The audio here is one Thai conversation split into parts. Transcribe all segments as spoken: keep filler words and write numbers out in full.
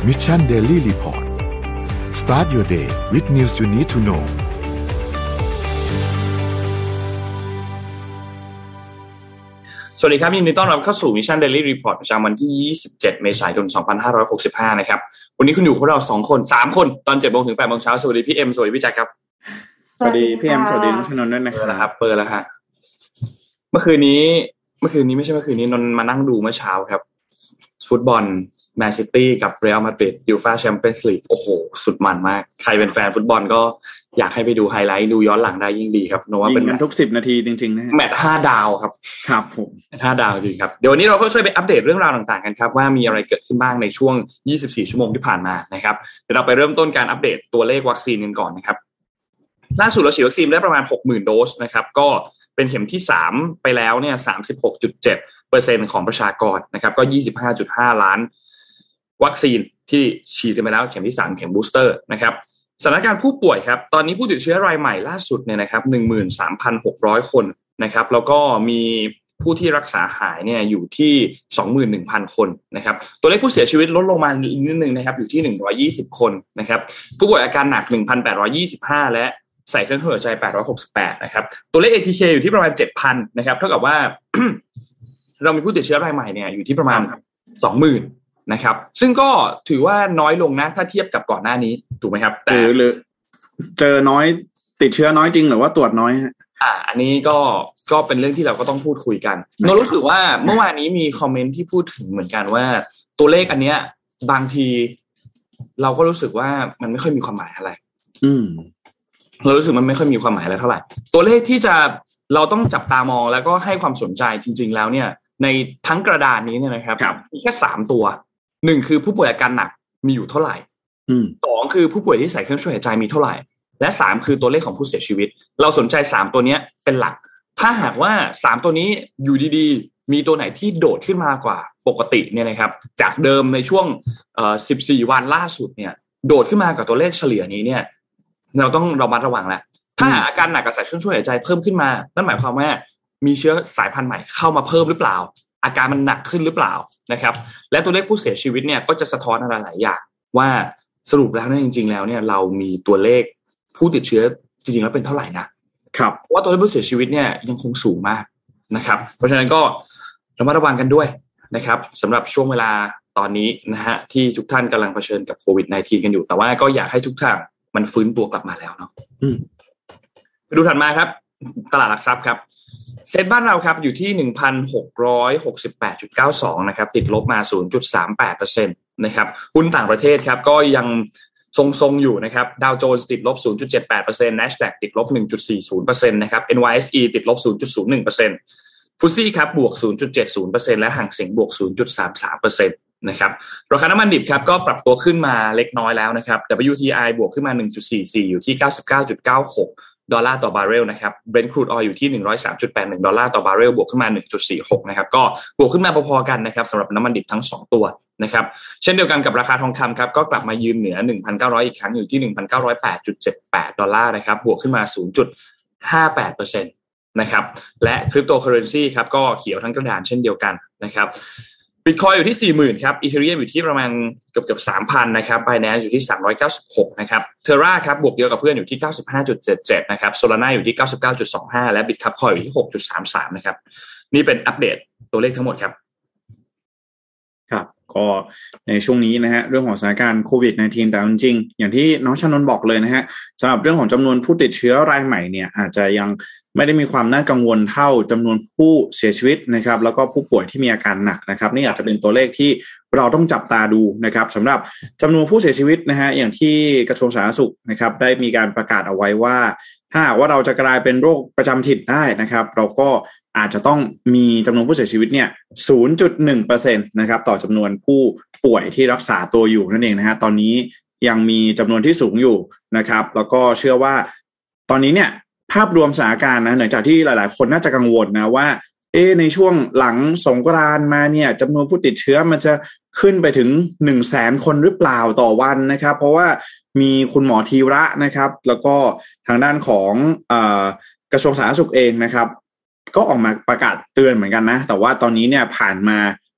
Mission Daily Report Start your day with news you need to know สวัสดีครับยินดีต้อนรับเข้าสู่ Mission Daily Report ประจำวันที่ยี่สิบเจ็ดเมษายนสองพันห้าร้อยหกสิบห้านะครับวันนี้คุณอยู่พวกเราสองคนสามคนตอน เจ็ดโมง ถึง แปดโมง เช้าสวัสดีพี่เอ็มสวัสดีพี่แจ็คครับสวัสดีพี่เอ็มสวัสดีน้องชนนท์ด้วยนะครับเปิดแล้วฮะเมื่อคืนนี้เมื่อคืนนี้ไม่ใช่เมื่อคืนนี้นนมานั่งดูเมื่อเช้าครับฟุตบอลแมนซิตี้กับเรอัลมาดริดยูฟ่าแชมเปี้ยนส์ลีกโอ้โหสุดมันมากใครเป็นแฟนฟุตบอลก็อยากให้ไปดูไฮไลท์ดูย้อนหลังได้ยิ่งดีครับโน้ว่าเป็นกันทุกสิบนาทีจริงๆนะแมตช์ห้าดาวครับครับผมห้าดาวจริงครับเดี๋ยววันนี้เราก็ช่วยไปอัปเดตเรื่องราวต่างๆกันครับว่ามีอะไรเกิดขึ้นบ้างในช่วงยี่สิบสี่ชั่วโมงที่ผ่านมานะครับเดี๋ยวเราไปเริ่มต้นการอัปเดตตัวเลขวัคซีนกันก่อนนะครับล่าสุดเราฉีดวัคซีนได้ประมาณ หกหมื่น โดสนะครับก็เป็นเข็มที่สามไปแล้วเนี่ย สามสิบหกจุดเจ็ดเปอร์เซ็นต์ ของประชากรนะครับก็ ยี่สิบห้าจุดห้า ล้านวัคซีนที่ฉีดไปแล้วเข็มที่สามเข็มบูสเตอร์นะครับสถานการณ์ผู้ป่วยครับตอนนี้ผู้ติดเชื้อรายใหม่ล่าสุดเนี่ยนะครับ หนึ่งหมื่นสามพันหกร้อย คนนะครับแล้วก็มีผู้ที่รักษาหายเนี่ยอยู่ที่ สองหมื่นหนึ่งพัน คนนะครับตัวเลขผู้เสียชีวิตลดลงมานิดนึงนะครับอยู่ที่หนึ่งร้อยยี่สิบคนนะครับผู้ป่วยอาการหนัก หนึ่งพันแปดร้อยยี่สิบห้า และใส่เครื่องช่วยหายใจแปดร้อยหกสิบแปดนะครับตัวเลข เอ ที เค อยู่ที่ประมาณ เจ็ดพัน นะครับเท่ากับว่า เรามีผู้ติดเชื้อรายใหม่เนี่ยอยู่ที่ประมาณ สองหมื่นนะครับซึ่งก็ถือว่าน้อยลงนะถ้าเทียบกับก่อนหน้านี้ถูกไหมครับแต่หรือเจอน้อยติดเชื้อน้อยจริงหรือว่าตรวจน้อยฮะอ่าอันนี้ก็ก็เป็นเรื่องที่เราก็ต้องพูดคุยกันเรารู้สึกว่าเมื่อวานนี้มีคอมเมนต์ที่พูดถึงเหมือนกันว่าตัวเลขอันเนี้ยบางทีเราก็รู้สึกว่ามันไม่ค่อยมีความหมายอะไรอืมเรารู้สึกมันไม่ค่อยมีความหมายอะไรเท่าไหร่ตัวเลขที่จะเราต้องจับตามองแล้วก็ให้ความสนใจจริงๆแล้วเนี่ยในทั้งกระดานนี้เนี่ยนะครับมีแค่สามตัวหนึ่งคือผู้ป่วยอาการหนักมีอยู่เท่าไหร่สองคือผู้ป่วยที่ใส่เครื่องช่วยหายใจมีเท่าไหร่และสามคือตัวเลขของผู้เสียชีวิตเราสนใจสามตัวนี้เป็นหลักถ้าหากว่าสามตัวนี้อยู่ดีๆมีตัวไหนที่โดดขึ้นมากว่าปกติเนี่ยนะครับจากเดิมในช่วงเอ่อสิบสี่วันล่าสุดเนี่ยโดดขึ้นมากับตัวเลขเฉลี่ยนี้เนี่ยเราต้องระมัดระวังแล้วถ้าอาการหนักกับใส่เครื่องช่วยหายใจเพิ่มขึ้นมานั่นหมายความว่ามีเชื้อสายพันธุ์ใหม่เข้ามาเพิ่มหรือเปล่าอาการมันหนักขึ้นหรือเปล่านะครับและตัวเลขผู้เสียชีวิตเนี่ยก็จะสะท้อนอะไรหลายอย่างว่าสรุปแล้วเนี่ยจริงๆแล้วเนี่ยเรามีตัวเลขผู้ติดเชื้อจริงๆแล้วเป็นเท่าไหร่นะครับว่าตัวเลขผู้เสียชีวิตเนี่ยยังคงสูงมากนะครับเพราะฉะนั้นก็ระมัดระวังกันด้วยนะครับสำหรับช่วงเวลาตอนนี้นะฮะที่ทุกท่านกำลังเผชิญกับโควิด สิบเก้า กันอยู่แต่ว่าก็อยากให้ทุกท่านมันฟื้นตัวกลับมาแล้วเนาะไปดูถัดมาครับตลาดหลักทรัพย์ครับเซ็ตบ้านเราครับอยู่ที่ หนึ่งพันหกร้อยหกสิบแปดจุดเก้าสอง นะครับติดลบมา ศูนย์จุดสามแปดเปอร์เซ็นต์ นะครับหุ้นต่างประเทศครับก็ยังทรงๆอยู่นะครับดาวโจนส์ติดลบ ศูนย์จุดเจ็ดแปดเปอร์เซ็นต์ Nasdaq ติดลบ หนึ่งจุดสี่ศูนย์เปอร์เซ็นต์ นะครับ เอ็น วาย เอส อี ติดลบ ศูนย์จุดศูนย์หนึ่งเปอร์เซ็นต์ ฟุตซี่ครับบวก ศูนย์จุดเจ็ดศูนย์เปอร์เซ็นต์ และหางเส็งบวก ศูนย์จุดสามสามเปอร์เซ็นต์ นะครับราคาน้ำมันดิบครับก็ปรับตัวขึ้นมาเล็กน้อยแล้วนะครับ ดับเบิลยู ที ไอ บวกขึ้นมา หนึ่งจุดสี่สี่ อยู่ที่ เก้าสิบเก้าจุดเก้าหกดอลลาร์ต่อบาร์เรลนะครับ Brent crude oil อยู่ที่ หนึ่งร้อยสามจุดแปดหนึ่งดอลลาร์ต่อบาร์เรลบวกขึ้นมา หนึ่งจุดสี่หก นะครับก็บวกขึ้นมาพอๆกันนะครับสำหรับน้ำมันดิบทั้งสองตัวนะครับเช่นเดียวกันกับราคาทองคำครับก็กลับมายืนเหนือ หนึ่งพันเก้าร้อย อีกครั้งอยู่ที่ หนึ่งพันเก้าร้อยแปดจุดเจ็ดแปดดอลลาร์นะครับบวกขึ้นมา ศูนย์จุดห้าแปดเปอร์เซ็นต์ นะครับและคริปโตเคอเรนซีครับก็เขียวทั้งกระดานเช่นเดียวกันนะครับBitcoin อยู่ที่ สี่หมื่น ครับ Ethereum อยู่ที่ประมาณเกือบๆ สามพัน นะครับ Binance อยู่ที่สามร้อยเก้าสิบหกนะครับ Terra ครับบวกเยอะกับเพื่อนอยู่ที่ เก้าสิบห้าจุดเจ็ดเจ็ด นะครับ Solana อยู่ที่ เก้าสิบเก้าจุดสองห้า และ Bitcoin อยู่ที่ หกจุดสามสาม นะครับนี่เป็นอัปเดตตัวเลขทั้งหมดครับครับก็ในช่วงนี้นะฮะเรื่องของสถานการณ์โควิด สิบเก้า แต่จริงๆอย่างที่น้องชนนท์บอกเลยนะฮะสำหรับเรื่องของจำนวนผู้ติดเชื้อรายใหม่เนี่ยอาจจะยังไม่ได้มีความน่ากังวลเท่าจำนวนผู้เสียชีวิตนะครับแล้วก็ผู้ป่วยที่มีอาการหนักนะครับนี่อาจจะเป็นตัวเลขที่เราต้องจับตาดูนะครับสำหรับจำนวนผู้เสียชีวิตนะฮะอย่างที่กระทรวงสาธารณสุขนะครับได้มีการประกาศเอาไว้ว่าถ้าว่าเราจะกลายเป็นโรคประจำถิ่นได้นะครับเราก็อาจจะต้องมีจำนวนผู้เสียชีวิตเนี่ย ศูนย์จุดหนึ่งเปอร์เซ็นต์ นะครับต่อจำนวนผู้ป่วยที่รักษาตัวอยู่นั่นเองนะฮะตอนนี้ยังมีจำนวนที่สูงอยู่นะครับแล้วก็เชื่อว่าตอนนี้เนี่ยภาพรวมสถานการณ์นะหลังจากที่หลายๆคนน่าจะกังวลนะว่าเอ๊ะในช่วงหลังสงกรานต์มาเนี่ยจำนวนผู้ติดเชื้อมันจะขึ้นไปถึง หนึ่งแสน คนหรือเปล่าต่อวันนะครับเพราะว่ามีคุณหมอธีระนะครับแล้วก็ทางด้านของเอ่อกระทรวงสาธารณสุขเองนะครับก็ออกมาประกาศเตือนเหมือนกันนะแต่ว่าตอนนี้เนี่ยผ่านมา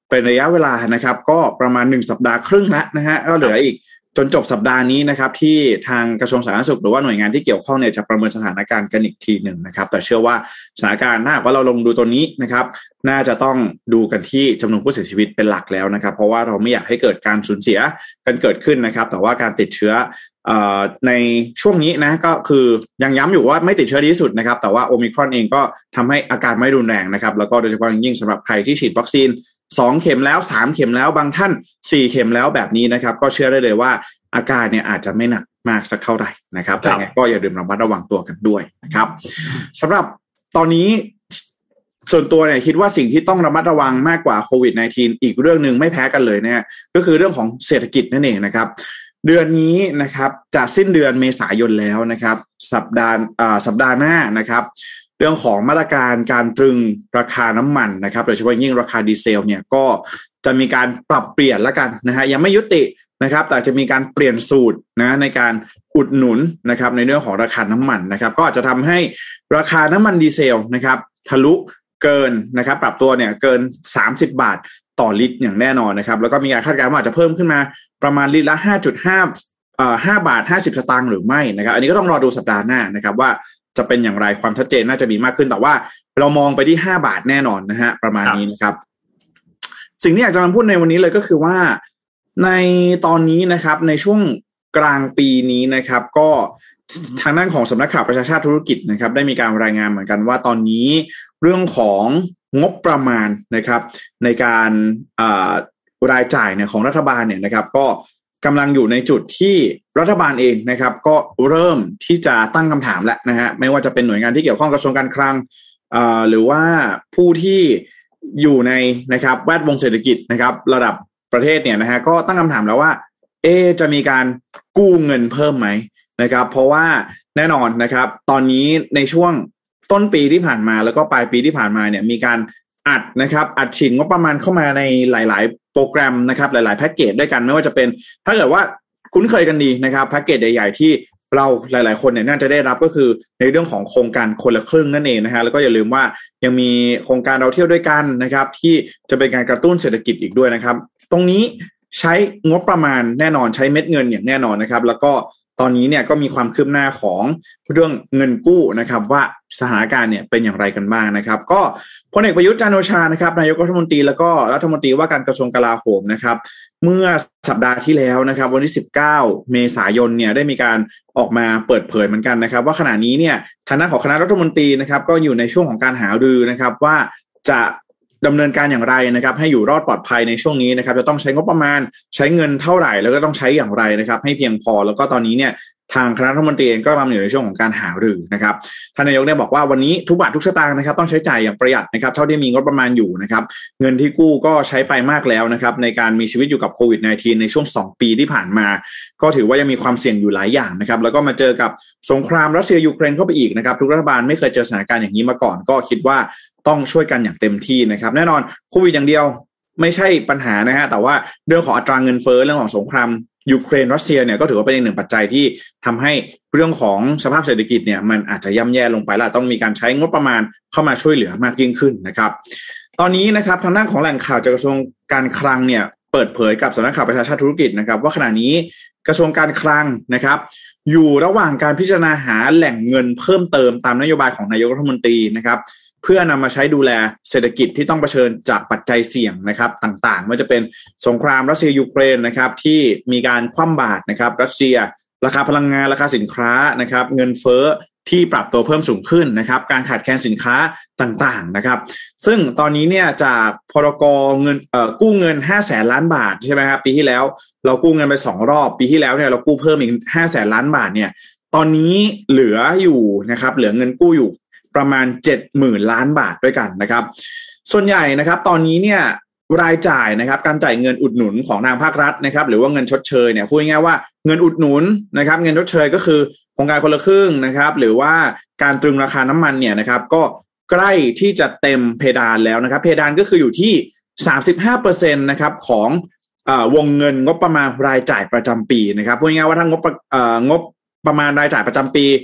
เป็นระยะเวลานะครับก็ประมาณหนึ่งสัปดาห์ครึ่งแล้วนะฮะก็เหลืออีกจนจบสัปดาห์นี้นะครับที่ทางกระทรวงสาธารณสุขหรือว่าหน่วยงานที่เกี่ยวข้องเนี่ยจะประเมินสถานการณ์กันอีกทีหนึ่งนะครับแต่เชื่อว่าสถานการณ์ถ้าว่าเราลงดูตัวนี้นะครับน่าจะต้องดูกันที่จำนวนผู้เสียชีวิตเป็นหลักแล้วนะครับเพราะว่าเราไม่อยากให้เกิดการสูญเสียกันเกิดขึ้นนะครับแต่ว่าการติดเชื้อในช่วงนี้นะก็คือยังย้ำอยู่ว่าไม่ติดเชื้อดีที่สุดนะครับแต่ว่าโอมิครอนเองก็ทำให้อาการไม่รุนแรงนะครับแล้วก็โดยเฉพาะยิ่งสำหรับใครที่ฉีดวัคซีนสองเข็มแล้วสามเข็มแล้วบางท่านสี่เข็มแล้วแบบนี้นะครับก็เชื่อได้เลยว่าอาการเนี่ยอาจจะไม่หนักมากสักเท่าไหร่นะครับแต่ไงก็อย่าลืมระมัดระวังตัวกันด้วยนะครับสำหรับตอนนี้ส่วนตัวเนี่ยคิดว่าสิ่งที่ต้องระมัดระวังมากกว่าโควิด สิบเก้า อีกเรื่องนึงไม่แพ้กันเลยเนี่ยก็คือเรื่องของเศรษฐกิจนั่นเองนะครับเดือนนี้นะครับจะสิ้นเดือนเมษายนแล้วนะครับสัปดาห์อ่าสัปดาห์หน้านะครับเรื่องของมาตรการการตรึงราคาน้ำมันนะครับโดยเฉพาะยิ่งราคาดีเซลเนี่ยก็จะมีการปรับเปลี่ยนแล้วกันนะฮะยังไม่ยุตินะครับแต่จะมีการเปลี่ยนสูตรนะในการอุดหนุนนะครับในเรื่องของราคาน้ำมันนะครับก็อาจจะทำให้ราคาน้ำมันดีเซลนะครับทะลุเกินนะครับปรับตัวเนี่ยเกินสามสิบบาทต่อลิตรอย่างแน่นอนนะครับแล้วก็มีการคาดการณ์ว่าอาจจะเพิ่มขึ้นมาประมาณลิตรละ ห้าจุดห้า เอ่อห้าบาทห้าสิบสตางค์หรือไม่นะครับอันนี้ก็ต้องรอดูสัปดาห์หน้านะครับว่าจะเป็นอย่างไรความชัดเจนน่าจะมีมากขึ้นแต่ว่าเรามองไปที่ห้าบาทแน่นอนนะฮะประมาณนี้นะครับสิ่งที่อยากจะมาพูดในวันนี้เลยก็คือว่าในตอนนี้นะครับในช่วงกลางปีนี้นะครับก็ทางด้านของสำนักข่าวประชาชาติธุรกิจนะครับได้มีการรายงานเหมือนกันว่าตอนนี้เรื่องของงบประมาณนะครับในการรายจ่ายเนี่ยของรัฐบาลเนี่ยนะครับก็กำลังอยู่ในจุดที่รัฐบาลเองนะครับก็เริ่มที่จะตั้งคำถามแล้วนะฮะไม่ว่าจะเป็นหน่วยงานที่เกี่ยวข้องกระทรวงการคลังหรือว่าผู้ที่อยู่ในนะครับแวดวงเศรษฐกิจนะครับระดับประเทศเนี่ยนะฮะก็ตั้งคำถามแล้วว่าเอจะมีการกู้เงินเพิ่มไหมนะครับเพราะว่าแน่นอนนะครับตอนนี้ในช่วงต้นปีที่ผ่านมาแล้วก็ปลายปีที่ผ่านมาเนี่ยมีการอัดนะครับอัดฉีดงบประมาณเข้ามาในหลายๆโปรแกรมนะครับหลายๆแพ็กเกจด้วยกันไม่ว่าจะเป็นถ้าเกิดว่าคุ้นเคยกันดีนะครับแพ็กเกจใหญ่ๆที่เราหลายๆคนเนี่ยน่าจะได้รับก็คือในเรื่องของโครงการคนละครึ่งนั่นเองนะฮะแล้วก็อย่าลืมว่ายังมีโครงการเราเที่ยวด้วยกันนะครับที่จะเป็นการกระตุ้นเศรษฐกิจอีกด้วยนะครับตรงนี้ใช้งบประมาณแน่นอนใช้เม็ดเงินอย่างแน่นอนนะครับแล้วก็ตอนนี้เนี่ยก็มีความคืบหน้าของเรื่องเงินกู้นะครับว่าสถานการณ์เนี่ยเป็นอย่างไรกันบ้างนะครับก็พลเอกประยุทธ์จันทร์โอชานะครับนายกรัฐมนตรีแล้วก็รัฐมนตรีว่าการกระทรวงกลาโหมนะครับเมื่อสัปดาห์ที่แล้วนะครับวันที่สิบเก้าเมษายนเนี่ยได้มีการออกมาเปิดเผยเหมือนกันนะครับว่าขณะนี้เนี่ยทางด้านของคณะรัฐมนตรีนะครับก็อยู่ในช่วงของการหารือนะครับว่าจะดำเนินการอย่างไรนะครับให้อยู่รอดปลอดภัยในช่วงนี้นะครับจะต้องใช้งบประมาณใช้เงินเท่าไหร่แล้วก็ต้องใช้อย่างไรนะครับให้เพียงพอแล้วก็ตอนนี้เนี่ยทางคณะรัฐมนตรีเองก็กำลังอยู่ในช่วงของการหารือนะครับท่านนายกได้บอกว่าวันนี้ทุกบาททุกสตางค์นะครับต้องใช้จ่ายอย่างประหยัดนะครับเท่าที่มีงบประมาณอยู่นะครับเงินที่กู้ก็ใช้ไปมากแล้วนะครับในการมีชีวิตอยู่กับโควิด สิบเก้า ในช่วงสองปีที่ผ่านมาก็ถือว่ายังมีความเสี่ยงอยู่หลายอย่างนะครับแล้วก็มาเจอกับสงครามรัสเซียยูเครนเข้าไปอีกนะครับทุกรัฐบาลไม่เคยเจอสถานการณ์อย่างนี้มาก่อนก็คิดว่าต้องช่วยกันอย่างเต็มที่นะครับแน่นอนโควิดอย่างเดียวไม่ใช่ปัญหานะฮะแต่ว่าเรื่องของอัตราเงินเฟ้อเรื่องของสงครามยูเครนรัสเซียเนี่ยก็ถือว่าเป็นอีกหนึ่งปัจจัยที่ทำให้เรื่องของสภาพเศรษฐกิจเนี่ยมันอาจจะย่ำแย่ลงไปแล้วต้องมีการใช้งบประมาณเข้ามาช่วยเหลือมากยิ่งขึ้นนะครับตอนนี้นะครับทางด้านของแหล่งข่าวจากกระทรวงการคลังเนี่ยเปิดเผยกับสำนักข่าวประชาชาติธุรกิจนะครับว่าขณะนี้กระทรวงการคลังนะครับอยู่ระหว่างการพิจารณาหาแหล่งเงินเพิ่มเติมตามนโยบายของนายกรัฐมนตรีนะครับเพื่อนำมาใช้ดูแลเศรษฐกิจที่ต้องเผชิญจากปัจจัยเสี่ยงนะครับต่างๆไม่ว่าจะเป็นสงครามรัสเซียยูเครนนะครับที่มีการคว่ำบาตรนะครับรัสเซียราคาพลังงานราคาสินค้านะครับเงินเฟ้อที่ปรับตัวเพิ่มสูงขึ้นนะครับการขาดแคลนสินค้าต่างๆนะครับซึ่งตอนนี้เนี่ยจากพรกเงินเอ่อกู้เงินห้าแสนล้านบาทใช่ไหมครับปีที่แล้วเรากู้เงินไปสองรอบปีที่แล้วเนี่ยเรากู้เพิ่มอีกห้าแสนล้านบาทเนี่ยตอนนี้เหลืออยู่นะครับเหลือเงินกู้อยู่ประมาณ เจ็ดหมื่น ล้านบาทด้วยกันนะครับส่วนใหญ่นะครับตอนนี้เนี่ยรายจ่ายนะครับการจ่ายเงินอุดหนุนของทางภาครัฐนะครับหรือว่าเงินชดเชยเนี่ยพูดง่ายๆว่าเงินอุดหนุนนะครับเงินชดเชยก็คือโครงการคนละครึ่งนะครับหรือว่าการตรึงราคาน้ำมันเนี่ยนะครับก็ใกล้ที่จะเต็มเพดานแล้วนะครับเพดานก็คืออยู่ที่ สามสิบห้าเปอร์เซ็นต์ นะครับของเอ่อวงเงินงบประมาณรายจ่ายประจำปีนะครับพูดง่ายๆว่าถ้างบเอ่องบประมาณรายจ่ายประจำปี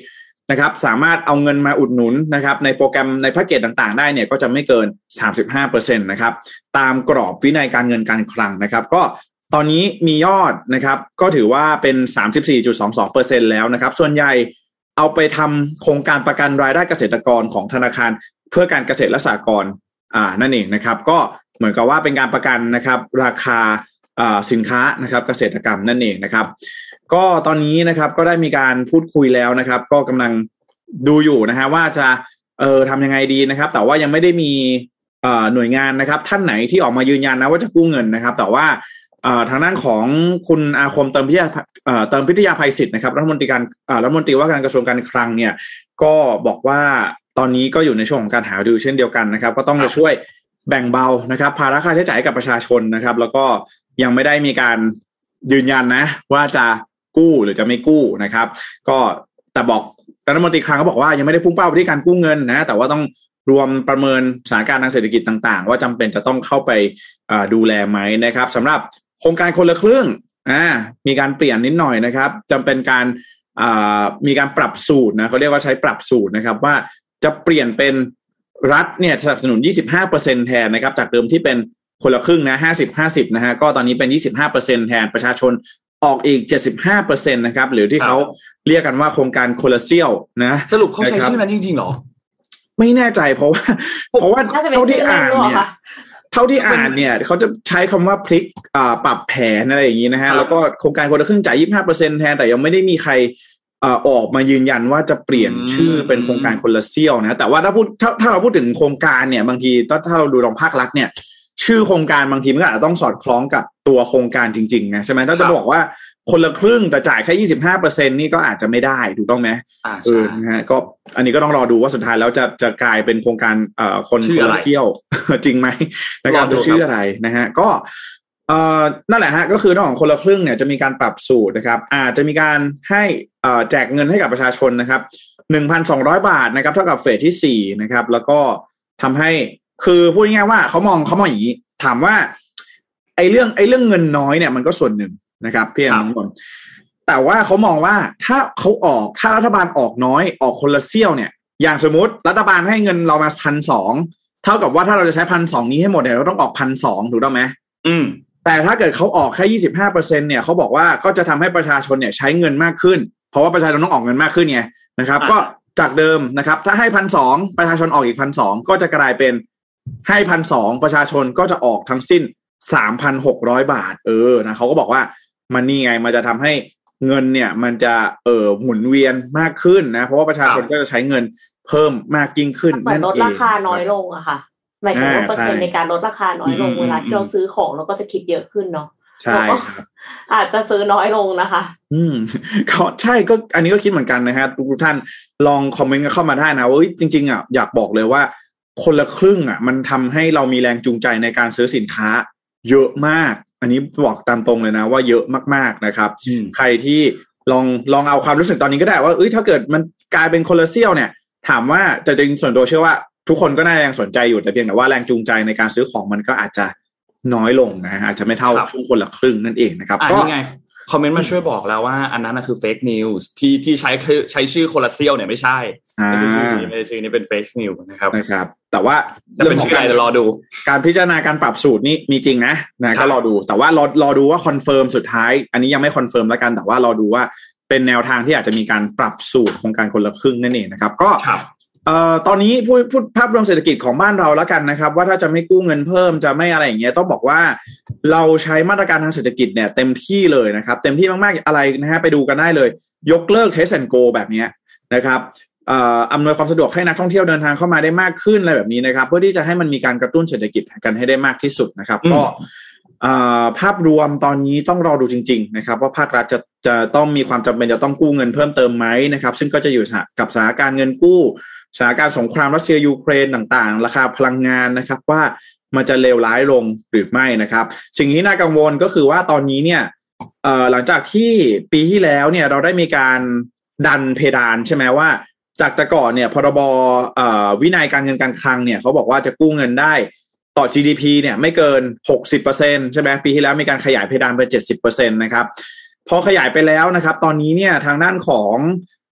นะครับสามารถเอาเงินมาอุดหนุนนะครับในโปรแกรมในแพ็กเกจต่างๆได้เนี่ยก็จะไม่เกิน สามสิบห้าเปอร์เซ็นต์ นะครับตามกรอบวินัยการเงินการคลังนะครับก็ตอนนี้มียอดนะครับก็ถือว่าเป็น สามสิบสี่จุดสองสองเปอร์เซ็นต์ แล้วนะครับส่วนใหญ่เอาไปทำโครงการประกันรายได้เกษตรกรของธนาคารเพื่อการเกษตรและสหกรณ์อ่านั่นเองนะครับก็เหมือนกับว่าเป็นการประกันนะครับราคาอ่าสินค้านะครับเกษตรกรรมนั่นเองนะครับก็ตอนนี้นะครับก็ได้มีการพูดคุยแล้วนะครับก็กำลังดูอยู่นะฮะว่าจะเอ่อทำยังไงดีนะครับแต่ว่ายังไม่ได้มีเอ่อหน่วยงานนะครับท่านไหนที่ออกมายืนยันนะว่าจะกู้เงินนะครับแต่ว่าเอ่อทางด้านของคุณอาคมเติมพิทยาเอ่อเติมพิทยาภัยศิษย์นะครับรัฐมนตรีการอ่ารัฐมนตรีว่าการกระทรวงการคลังเนี่ยก็บอกว่าตอนนี้ก็อยู่ในช่วงของการหารือเช่นเดียวกันนะครับก็ต้องจะช่วยแบ่งเบานะครับภาระค่าใช้จ่ายให้กับประชาชนนะครับแล้วก็ยังไม่ได้มีการยืนยันนะว่าจะกู้หรือจะไม่กู้นะครับก็แต่บอกรัฐมนตรีคลังก็บอกว่ายังไม่ได้พุ่งเป้าไปที่การกู้เงินนะแต่ว่าต้องรวมประเมินสถานการณ์ทางเศรษฐกิจต่างๆว่าจำเป็นจะต้องเข้าไปดูแลไหมนะครับสำหรับโครงการคนละครึ่งอ่ามีการเปลี่ยนนิดหน่อยนะครับจำเป็นการอ่ามีการปรับสูตรนะเขาเรียกว่าใช้ปรับสูตรนะครับว่าจะเปลี่ยนเป็นรัฐเนี่ยสนับสนุน ยี่สิบห้าเปอร์เซ็นต์ แทนนะครับจากเดิมที่เป็นคนละครึ่งนะห้าสิบ ห้าสิบนะฮะก็ตอนนี้เป็น ยี่สิบห้าเปอร์เซ็นต์ แทนประชาชนออกอีก เจ็ดสิบห้าเปอร์เซ็นต์ นะครับหรือที่เขาเรียกกันว่าโครงการคนละเซี่ยวนะสรุปเขาใช้ชื่อนั้นจริงๆหรอไม่แน่ใจเพราะว่าเพราะว่าเท่าที่อ่านเนี่ยเท่าที่อ่านเนี่ยเขาจะใช้คำว่าพลิกอ่าปรับแผนอะไรอย่างนี้นะฮะแล้วก็โครงการคนละครึ่งจ่าย ยี่สิบห้าเปอร์เซ็นต์ แทนแต่ยังไม่ได้มีใครอ่าออกมายืนยันว่าจะเปลี่ยนชื่อเป็นโครงการคนละเซี่ยวนะแต่ว่าถ้าพูดถ้าถ้าเราพูดถึงโครงการเนี่ยบางทีถ้าเราดูตรงภาครัฐเนี่ยชื่อโครงการบางทีมันก็อาจจะต้องสอดคล้องกับตัวโครงการจริงๆนะใช่ไหมถ้าจะบอกว่าคนละครึ่งแต่จ่ายแค่ ยี่สิบห้าเปอร์เซ็นต์ นี่ก็อาจจะไม่ได้ถูกต้องไหมอ่าเออนะฮะก็อันนี้ก็ต้องรอดูว่าสุดท้ายแล้วจะจะกลายเป็นโครงการเอ่อคนคนละเซี่ยวจริงไหมนะครับจะชื่ออะไรนะฮะก็เอ่อนั่นแหละฮะก็คือเรื่องของคนละครึ่งเนี่ยจะมีการปรับสูตรนะครับอาจจะมีการให้เอ่อแจกเงินให้กับประชาชนนะครับ หนึ่งพันสองร้อย บาทนะครับเท่ากับเฟสที่สี่นะครับแล้วก็ทำให้คือพูดง่ายๆว่าเขามองเขามองอย่างนี้ถามว่าไอ้เรื่องไอ้เรื่องเงินน้อยเนี่ยมันก็ส่วนหนึ่งนะครับพี่น้องบอลแต่ว่าเขามองว่าถ้าเขาออกถ้ารัฐบาลออกน้อยออกคนละเซี่ยวเนี่ยอย่างสมมติรัฐบาลให้เงินเรามาพันสองเท่ากับว่าถ้าเราจะใช้พันสองนี้ให้หมดเนี่ยเราต้องออกพันสองถูกต้องไหมอืมแต่ถ้าเกิดเขาออกแค่ยี่สิบห้าเปอร์เซ็นต์เนี่ยเขาบอกว่าก็จะทำให้ประชาชนเนี่ยใช้เงินมากขึ้นเพราะว่าประชาชนต้องออกเงินมากขึ้นไงนะครับก็จากเดิมนะครับถ้าให้พันสองประชาชนออกอีกพันสองก็จะกลายเป็นให้พันสองประชาชนก็จะออกทั้งสิ้นสามพันหกร้อยบาทเออนะเขาก็บอกว่ามันนี่ไงมันจะทำให้เงินเนี่ยมันจะเออหมุนเวียนมากขึ้นนะเพราะว่าประชาชนก็จะใช้เงินเพิ่มมากยิ่งขึ้นเหมือนลดราคาน้อยลงอะค่ะหมายถึงว่าเปอร์เซ็นต์ในการลดราคาน้อยลงเวลาที่เราซื้อของเราก็จะคิดเยอะขึ้นเนาะใช่อาจจะซื้อน้อยลงนะคะอืมก็ใช่ก็อันนี้ก็คิดเหมือนกันนะฮะทุกท่านลองคอมเมนต์กันเข้ามาได้นะว่าจริงๆอ่ะอยากบอกเลยว่าคนละครึ่งอ่ะมันทำให้เรามีแรงจูงใจในการซื้อสินค้าเยอะมากอันนี้บอกตามตรงเลยนะว่าเยอะมากๆนะครับใครที่ลองลองเอาความรู้สึกตอนนี้ก็ได้ว่าเอ้ยถ้าเกิดมันกลายเป็นคนละเซี่ยวเนี่ยถามว่าแต่จริงส่วนตัวเชื่อว่าทุกคนก็น่าจะยังสนใจอยู่แต่เพียงแต่ว่าแรงจูงใจในการซื้อของมันก็อาจจะน้อยลงนะอาจจะไม่เท่าช่วงคนละครึ่งนั่นเองนะครับก็ไงคอมเมนต์มาช่วยบอกแล้วว่าอันนั้นคือเฟกนิวส์ที่ที่ใช้ใช้ชื่อคนละเซี่ยวเนี่ยไม่ใช่ไม่ใช่ชื่อนี้ไม่ใช่ชื่อนี้เป็นเฟกนิวส์นะครับนะครับแต่ว่าจะเป็นชื่ออะไรเดี๋ยวรอดูการพิจารณาการปรับสูตรนี่มีจริงนะนะก็รอดูแต่ว่ารอรอดูว่าคอนเฟิร์มสุดท้ายอันนี้ยังไม่คอนเฟิร์มแล้วกันแต่ว่ารอดูว่าเป็นแนวทางที่อาจจะมีการปรับสูตรโครงการคนละครึ่งนั่นเองนะครับก็เอ่อตอนนี้พูดพูดภาพรวมเศรษฐกิจของบ้านเราแล้วกันนะครับว่าถ้าจะไม่กู้เงินเพิ่มจะไม่อะไรอย่างเงี้ยต้องบอกว่าเราใช้มาตรการทางเศรษฐกิจเนี่ยเต็มที่เลยนะครับเต็มที่มากๆอะไรนะฮะไปดูกันได้เลยยกเลิก Test and Go แบบนี้นะครับเอ่ออำนวยความสะดวกให้นักท่องเที่ยวเดินทางเข้ามาได้มากขึ้นอะไรแบบนี้นะครับเพื่อที่จะให้มันมีการกระตุ้นเศรษฐกิจกันให้ได้มากที่สุดนะครับก็ภาพรวมตอนนี้ต้องรอดูจริงๆนะครับว่าภาครัฐจะจะต้องมีความจำเป็นจะต้องกู้เงินเพิ่มเติมไหมนะครับซึ่งก็จะอยู่กับสถานการณ์เงินกู้สถานการณ์สงครามรัสเซียยูเครนต่างๆราคาพลังงานนะครับว่ามันจะเลวร้ายลงหรือไม่นะครับสิ่งที่น่ากังวลก็คือว่าตอนนี้เนี่ยเอ่อหลังจากที่ปีที่แล้วเนี่ยเราได้มีการดันเพดานใช่ไหมว่าจากแต่ก่อนเนี่ยพรบเอ่อวินัยการเงินการคลังเนี่ยเขาบอกว่าจะกู้เงินได้ต่อ จี ดี พี เนี่ยไม่เกิน หกสิบเปอร์เซ็นต์ ใช่ไหมปีที่แล้วมีการขยายเพดานไป เจ็ดสิบเปอร์เซ็นต์ นะครับพอขยายไปแล้วนะครับตอนนี้เนี่ยทางด้านของ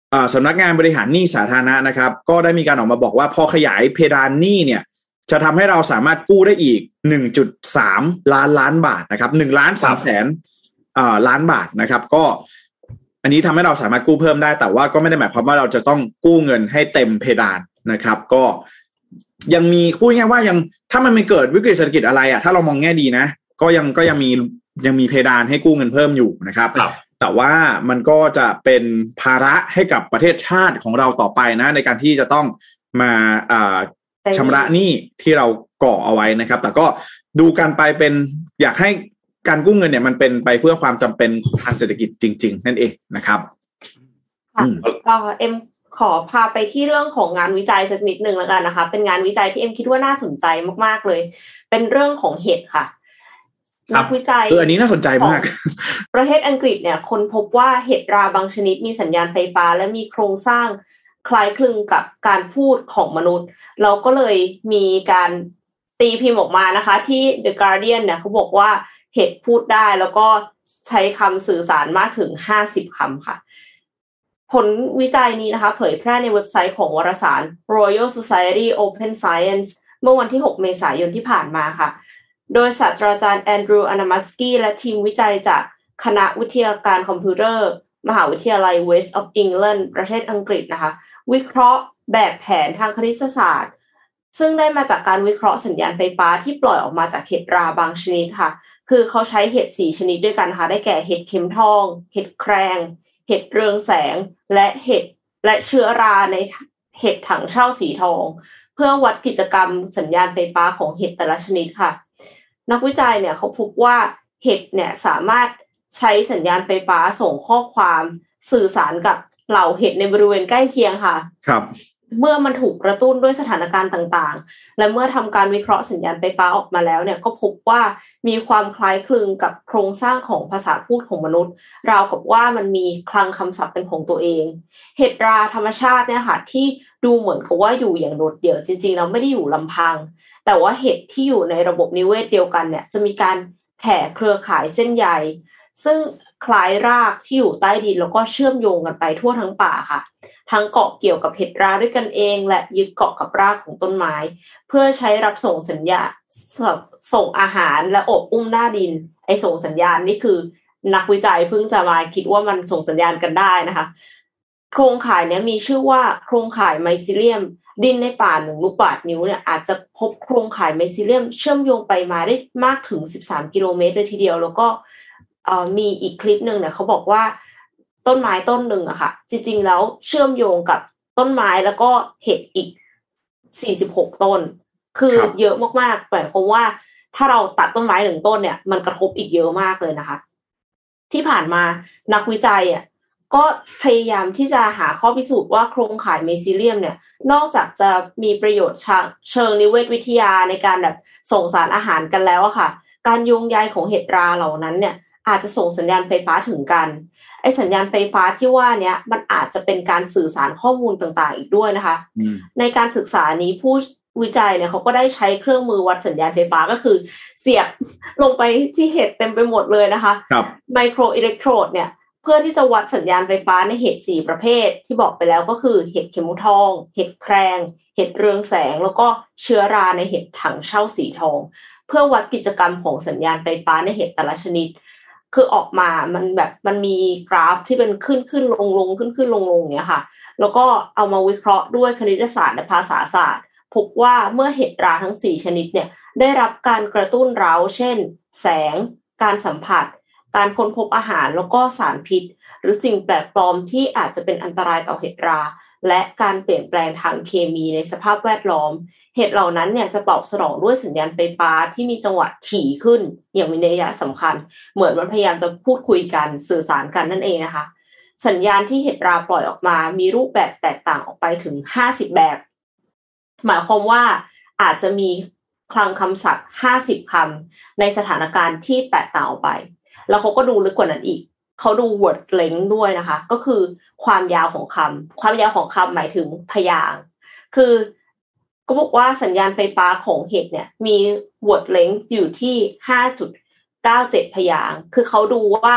สำนักงานบริหารหนี้สาธารณะนะครับก็ได้มีการออกมาบอกว่าพอขยายเพดานหนี้เนี่ยจะทำให้เราสามารถกู้ได้อีก หนึ่งจุดสาม ล้านล้านบาทนะครับหนึ่งล้านสามแสนอ่าล้านบาทนะครับก็อันนี้ทำให้เราสามารถกู้เพิ่มได้แต่ว่าก็ไม่ได้หมายความว่าเราจะต้องกู้เงินให้เต็มเพดานนะครับก็ยังมีพูดง่ายๆว่ายังถ้ามันไม่เกิดวิกฤตเศรษฐกิจอะไรอ่ะถ้าเรามองแง่ดีนะก็ยังก็ยังมียังมีเพดานให้กู้เงินเพิ่มอยู่นะครับแต่ว่ามันก็จะเป็นภาระให้กับประเทศชาติของเราต่อไปนะในการที่จะต้องมาอ่าชำระหนี้ที่เราก่อเอาไว้นะครับแต่ก็ดูกันไปเป็นอยากให้การกู้เงินเนี่ยมันเป็นไปเพื่อความจำเป็นทางเศรษฐกิจจริงๆนั่นเองนะครับค่ะก็เอ็มขอพาไปที่เรื่องของงานวิจัยสักนิดนึงแล้วกันนะคะเป็นงานวิจัยที่เอ็มคิดว่าน่าสนใจมากๆเลยเป็นเรื่องของเห็ดค่ะนักวิจัยคืออันนี้น่าสนใจมากประเทศอังกฤษเนี่ยค้นพบว่าเห็ดราบางชนิดมีสัญญาณไฟฟ้าและมีโครงสร้างคล้ายคลึงกับการพูดของมนุษย์เราก็เลยมีการตีพิมพ์ออกมานะคะที่ The Guardian เนี่ยเขาบอกว่าเห็ดพูดได้แล้วก็ใช้คำสื่อสารมากถึงห้าสิบคำค่ะผลวิจัยนี้นะคะเผยแพร่ในเว็บไซต์ของวารสาร Royal Society Open Science เมื่อวันที่หกเมษายนที่ผ่านมาค่ะโดยศาสตราจารย์แอนดรูว์อานามัสกี้และทีมวิจัยจากคณะวิทยาการคอมพิวเตอร์มหาวิทยาลัย West of England ประเทศอังกฤษนะคะวิเคราะห์แบบแผนทางคณิตศาสตร์ซึ่งได้มาจากการวิเคราะห์สัญญาณไฟฟ้าที่ปล่อยออกมาจากเห็ดราบางชนิดค่ะคือเขาใช้เห็ดสี่ชนิดด้วยกันค่ะได้แก่เห็ดเข็มทองเห็ดแครงเห็ดเรืองแสงและเห็ดและเชื้อราในเห็ดถังเช่าสีทองเพื่อวัดกิจกรรมสัญญาณไฟฟ้าของเห็ดแต่ละชนิดค่ะนักวิจัยเนี่ยเขาพบว่าเห็ดเนี่ยสามารถใช้สัญญาณไฟฟ้าส่งข้อความสื่อสารกับเหล่าเห็ดในบริเวณใกล้เคียงค่ะครับเมื่อมันถูกกระตุ้นด้วยสถานการณ์ต่างๆและเมื่อทำการวิเคราะห์สัญญาณไฟฟ้าออกมาแล้วเนี่ยก็พบว่ามีความคล้ายคลึงกับโครงสร้างของภาษาพูดของมนุษย์ราวกับว่ามันมีคลังคำศัพท์เป็นของตัวเองเห็ดราธรรมชาติเนี่ยค่ะที่ดูเหมือนกับว่าอยู่อย่างโดดเดี่ยวจริงๆแล้วไม่ได้อยู่ลำพังแต่ว่าเห็ดที่อยู่ในระบบนิเวศเดียวกันเนี่ยจะมีการแผ่เครือข่ายเส้นใยซึ่งคล้ายรากที่อยู่ใต้ดินแล้วก็เชื่อมโยงกันไปทั่วทั้งป่าค่ะทั้งเกาะเกี่ยวกับเห็ดราด้วยกันเองและยึดเกาะกับรากของต้นไม้เพื่อใช้รับส่งสัญญาณส่งอาหารและอบอุ้มหน้าดินไอ้ส่งสัญญาณนี่คือนักวิจัยเพิ่งจะมาคิดว่ามันส่งสัญญาณกันได้นะคะโครงข่ายนี้มีชื่อว่าโครงข่ายไมซิเลียมดินในป่าหนึ่งลูกบาศก์นิ้วเนี่ยอาจจะพบโครงข่ายไมซิเลียมเชื่อมโยงไปมาได้มากถึงสิบสามกิโลเมตรเลยทีเดียวแล้วก็มีอีกคลิปนึงเนี่ยเขาบอกว่าต้นไม้ต้นหนึ่งอะค่ะจริงๆแล้วเชื่อมโยงกับต้นไม้แล้วก็เห็ดอีกสี่สิบหกต้นคือเยอะมากๆหมายความว่าถ้าเราตัดต้นไม้หนึ่งต้นเนี่ยมันกระทบอีกเยอะมากเลยนะคะที่ผ่านมานักวิจัยอ่ะก็พยายามที่จะหาข้อพิสูจน์ว่าโครงข่ายเมซิเลียมเนี่ยนอกจากจะมีประโยชน์เชิงนิเวศวิทยาในการแบบส่งสารอาหารกันแล้วอะค่ะการโยงใยของเห็ดราเหล่านั้นเนี่ยอาจจะส่งสัญญาณไฟฟ้าถึงกันไอ้สัญญาณไฟฟ้าที่ว่านี้มันอาจจะเป็นการสื่อสารข้อมูลต่างๆอีกด้วยนะคะในการศึกษานี้ผู้วิจัยเนี่ยเขาก็ได้ใช้เครื่องมือวัดสัญญาณไฟฟ้าก็คือเสียบลงไปที่เห็ดเต็มไปหมดเลยนะคะไมโครอิเล็กโทรดเนี่ยเพื่อที่จะวัดสัญญาณไฟฟ้าในเห็ดสี่ประเภทที่บอกไปแล้วก็คือเห็ดเข็มทองเห็ดแครงเห็ดเรืองแสงแล้วก็เชื้อราในเห็ดถังเช่าสีทองเพื่อวัดกิจกรรมของสัญญาณไฟฟ้าในเห็ดแต่ละชนิดคือออกมามันแบบมันมีกราฟที่เป็นขึ้นขึ้นลงลงขึ้นขึ้นลงลงอย่างเงี้ยค่ะแล้วก็เอามาวิเคราะห์ด้วยคณิตศาสตร์และภาษาศาสตร์พบว่าเมื่อเห็ดราทั้งสี่ชนิดเนี่ยได้รับการกระตุ้นเร้าเช่นแสงการสัมผัสการค้นพบอาหารแล้วก็สารพิษหรือสิ่งแปลกปลอมที่อาจจะเป็นอันตรายต่อเห็ดราและการเปลี่ยนแปลงทางเคมีในสภาพแวดล้อมเห็ดเหล่านั้นเนี่ยจะตอบสนองด้วยสัญญาณไฟฟ้าที่มีจังหวะถี่ขึ้นอย่างมีนัยสำคัญเหมือนมันพยายามจะพูดคุยกันสื่อสารกันนั่นเองนะคะสัญญาณที่เห็ดราปล่อยออกมามีรูปแบบแตกต่างออกไปถึงห้าสิบแบบหมายความว่าอาจจะมีคลังคำศัพท์ห้าสิบคำในสถานการณ์ที่แตกต่างออกไปแล้วเขาก็ดูลึกกว่านั้นอีกเขาดู word length ด้วยนะคะก็คือความยาวของคำความยาวของคำหมายถึงพยางค์คือก็บอกว่าสัญญาณไฟฟ้าของเห็ดเนี่ยมี word length อยู่ที่ ห้าจุดเก้าเจ็ด พยางค์คือเขาดูว่า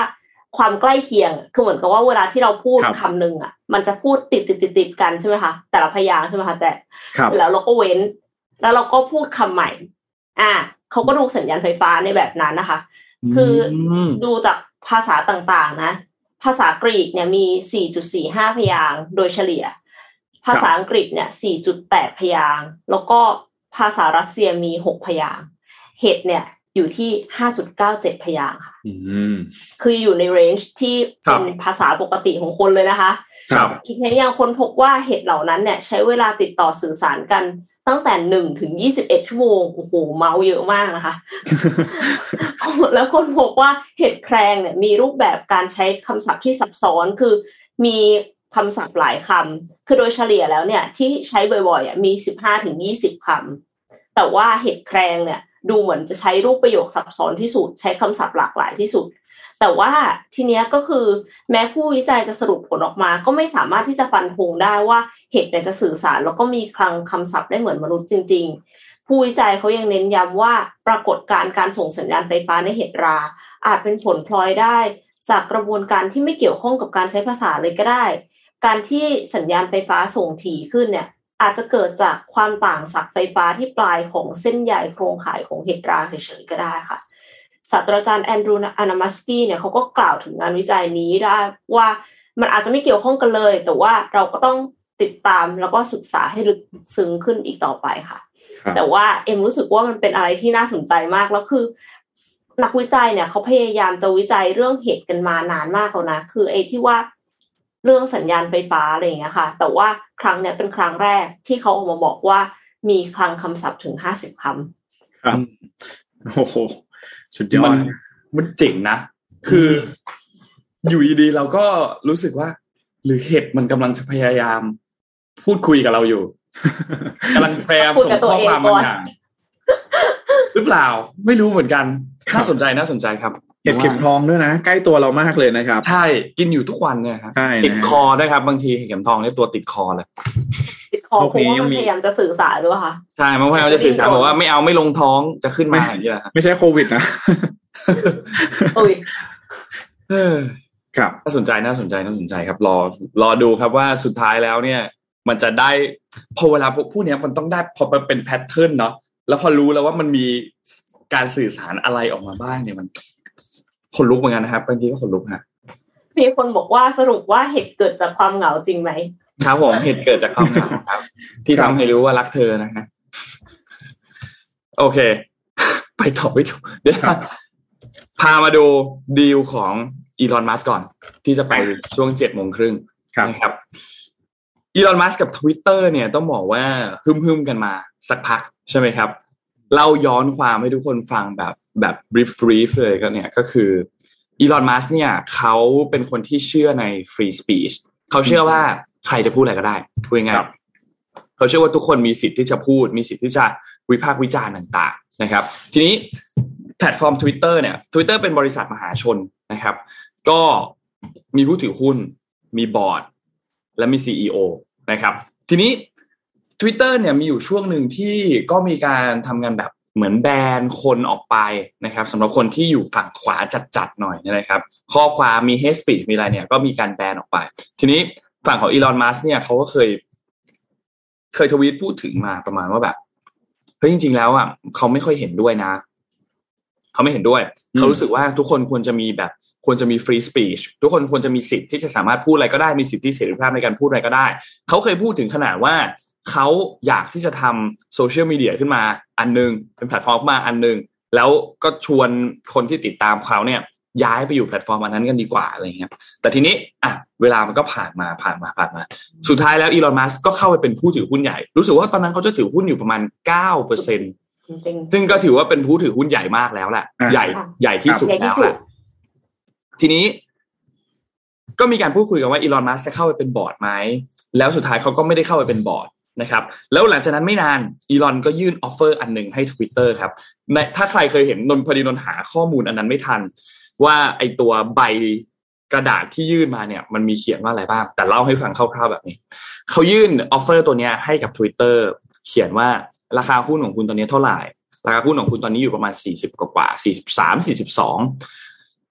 ความใกล้เคียงคือเหมือนกับว่าเวลาที่เราพูดคำหนึ่งอ่ะมันจะพูดติดติดติดติดกันใช่ไหมคะแต่ละพยางค์ใช่ไหมคะแต่แล้วเราก็เว้นแล้วเราก็พูดคำใหม่อ่าเขาก็ดูสัญญาณไฟฟ้าในแบบนั้นนะคะคือดูจากภาษาต่างๆนะภาษากรีกเนี่ยมี สี่จุดสี่ห้า พยางค์โดยเฉลี่ยภาษาอังกฤษเนี่ย สี่จุดแปด พยางค์แล้วก็ภาษารัสเซียมีหกพยางค์เห็ดเนี่ยอยู่ที่ ห้าจุดเก้าเจ็ด พยางค์ค่ะคืออยู่ในเรนจ์ที่เป็นภาษาปกติของคนเลยนะคะอีกทั้งยังคนพบว่าเห็ดเหล่านั้นเนี่ยใช้เวลาติดต่อสื่อสารกันตั้งแต่หนึ่งถึงยี่สิบเอ็ดชั่วโมงโอ้โหเมาเยอะมากนะคะ แล้วคนพบว่าเห็ดแครงเนี่ยมีรูปแบบการใช้คำศัพท์ที่ซับซ้อนคือมีคำศัพท์หลายคำคือโดยเฉลี่ยแล้วเนี่ยที่ใช้บ่อยๆอ่ะมี สิบห้าถึงยี่สิบ คำแต่ว่าเห็ดแครงเนี่ยดูเหมือนจะใช้รูปประโยคซับซ้อนที่สุดใช้คำศัพท์หลากหลายที่สุดแต่ว่าทีเนี้ยก็คือแม้ผู้วิจัยจะสรุปผลออกมาก็ไม่สามารถที่จะฟันธงได้ว่าเห็ดเนี่ยจะสื่อสารแล้วก็มีคลังคำศัพท์ได้เหมือนมนุษย์จริงๆผู้วิจัยเขายังเน้นย้ำว่าปรากฏการณ์การส่งสัญญาณไฟฟ้าในเห็ดราอาจเป็นผลพลอยได้จากกระบวนการที่ไม่เกี่ยวข้องกับการใช้ภาษาเลยก็ได้การที่สัญญาณไฟฟ้าส่งถี่ขึ้นเนี่ยอาจจะเกิดจากความต่างศักย์ไฟฟ้าที่ปลายของเส้นใยโครงข่ายของเห็ดราเฉยๆก็ได้ค่ะศาสตราจารย์แอนดรูว์อานามัสกี้เนี่ยเขาก็กล่าวถึงงานวิจัยนี้ได้ว่ามันอาจจะไม่เกี่ยวข้องกันเลยแต่ว่าเราก็ต้องติดตามแล้วก็ศึกษาให้ลึกซึ้งขึ้นอีกต่อไปค่ะแต่ว่าเอ็มรู้สึกว่ามันเป็นอะไรที่น่าสนใจมากแล้วคือนักวิจัยเนี่ยเขาพยายามจะวิจัยเรื่องเห็ดกันมานานมากแล้วนะคือไอ้ที่ว่าเรื่องสัญญาณไฟฟ้าอะไรอย่างเงี้ยค่ะแต่ว่าครั้งเนี้ยเป็นครั้งแรกที่เขาออกมาบอกว่ามีคลังคำศัพท์ถึงห้าสิบคำครับโอ้โหสุดยอดมันมันเจ๋งนะคืออยู่ดีๆเราก็รู้สึกว่าหรือเห็ดมันกำลังจะพยายามพูดคุยกับเราอยู่กำลังพยายามส่งข้อความบางอย่างหรือเปล่าไม่รู้เหมือนกันน่าสนใจน่าสนใจครับเห็ดเข็มทองด้วยนะใกล้ตัวเรามากเลยนะครับใช่กินอยู่ทุกวันเนี่ยครับติดคอด้วยครับบางทีเห็ดเข็มทองเนี่ยตัวติดคอเลยติดคอเพราะว่ามันพยายามจะสื่อสารด้วยค่ะใช่มันพยายามจะสื่อสารบอกว่าไม่เอาไม่ลงท้องจะขึ้นมาอย่างนี้แหละไม่ใช่โควิดนะโอ้ยเออครับน่าสนใจน่าสนใจน่าสนใจครับรอรอดูครับว่าสุดท้ายแล้วเนี่ยมันจะได้พอเวลาพวกนี้มันต้องได้พอมันเป็นแพทเทิร์นเนาะแล้วพอรู้แล้วว่ามันมีการสื่อสารอะไรออกมาบ้างเนี่ยมันขนลุกเหมือนกันนะครับบางทีก็ขนลุกฮะมีคนบอกว่าสรุปว่าเหตุเกิดจากความเหงาจริงไหมครับผมเหตุเกิดจากความเหงาครับที่ทำให้รู้ว่ารักเธอนะฮะโอเคไปต่อไปต่อเดี๋ยวพามาดูดีลของอีลอนมัสก์ก่อนที่จะไปช่วงเจ็ดโมงครึ่งนะครับอีลอนมัสก์กับ Twitter เนี่ยต้องบอกว่าฮึ่มๆกันมาสักพักใช่ไหมครับเราย้อนความให้ทุกคนฟังแบบแบบ brief brief เลยก็เนี่ยก็คืออีลอนมัสก์เนี่ยเขาเป็นคนที่เชื่อใน free speech เขาเชื่อว่าใครจะพูดอะไรก็ได้พูดง่ายๆเขาเชื่อว่าทุกคนมีสิทธิ์ที่จะพูดมีสิทธิ์ที่จะวิพากษ์วิจารณ์ต่างๆนะครับทีนี้แพลตฟอร์ม Twitter เนี่ย Twitter เป็นบริษัทมหาชนนะครับก็มีผู้ถือหุ้นมีบอร์ดและมี ซี อี โอ นะครับทีนี้ Twitter เนี่ยมีอยู่ช่วงหนึ่งที่ก็มีการทำงานแบบเหมือนแบนคนออกไปนะครับสำหรับคนที่อยู่ฝั่งขวาจัดๆหน่อยนะครับข้อความมี hate speech มีอะไรเนี่ยก็มีการแบนออกไปทีนี้ฝั่งของอีลอนมัสก์เนี่ยเขาก็เคยเคยทวีตพูดถึงมาประมาณว่าแบบเฮ้ยจริงๆแล้วอ่ะเขาไม่ค่อยเห็นด้วยนะเขาไม่เห็นด้วยเขารู้สึกว่าทุกคนควรจะมีแบบควรจะมี free speech ทุกคนควรจะมีสิทธิ์ที่จะสามารถพูดอะไรก็ได้มีสิทธิเสรีภาพในการพูดอะไรก็ได้เขาเคยพูดถึงขนาดว่าเขาอยากที่จะทำโซเชียลมีเดียขึ้นมาอันนึงเป็นแพลตฟอร์มมาอันนึงแล้วก็ชวนคนที่ติดตามเขาเนี่ยย้ายไปอยู่แพลตฟอร์มอันนั้นกันดีกว่าอะไรเงี้ยแต่ทีนี้อ่ะเวลามันก็ผ่านมาผ่านมาผ่านมาสุดท้ายแล้วอีลอนมัสก์ก็เข้าไปเป็นผู้ถือหุ้นใหญ่รู้สึกว่าตอนนั้นเขาจะถือหุ้นอยู่ประมาณ เก้าเปอร์เซ็นต์ ซึ่งก็ถือว่าเป็นผู้ถือหุ้นใหญ่มากแล้วแหละใหญ่ใหญ่ที่สุดแล้วแหละทีนี้ก็มีการพูดคุยกันว่าอีลอนมัสก์จะเข้าไปเป็นบอร์ดไหมแล้วสุดท้ายเขาก็ไม่ได้เข้าไปเป็นบอร์ดนะครับแล้วหลังจากนั้นไม่นานอีลอนก็ยื่นออฟเฟอร์อันหนึ่งให้ Twitter ครับถ้าใครเคยเห็นนนพอดีนนหาข้อมูลอันนั้นไม่ทันว่าไอตัวใบกระดาษที่ยื่นมาเนี่ยมันมีเขียนว่าอะไรบ้างแต่เล่าให้ฟังคร่าวๆแบบนี้เขายื่นออฟเฟอร์ตัวนี้ให้กับ Twitter เขียนว่าราคาหุ้นของคุณตอนนี้เท่าไหร่ราคาหุ้นของคุณตอนนี้อยู่ประมาณสี่สิบกว่าๆสี่สิบสาม สี่สิบสอง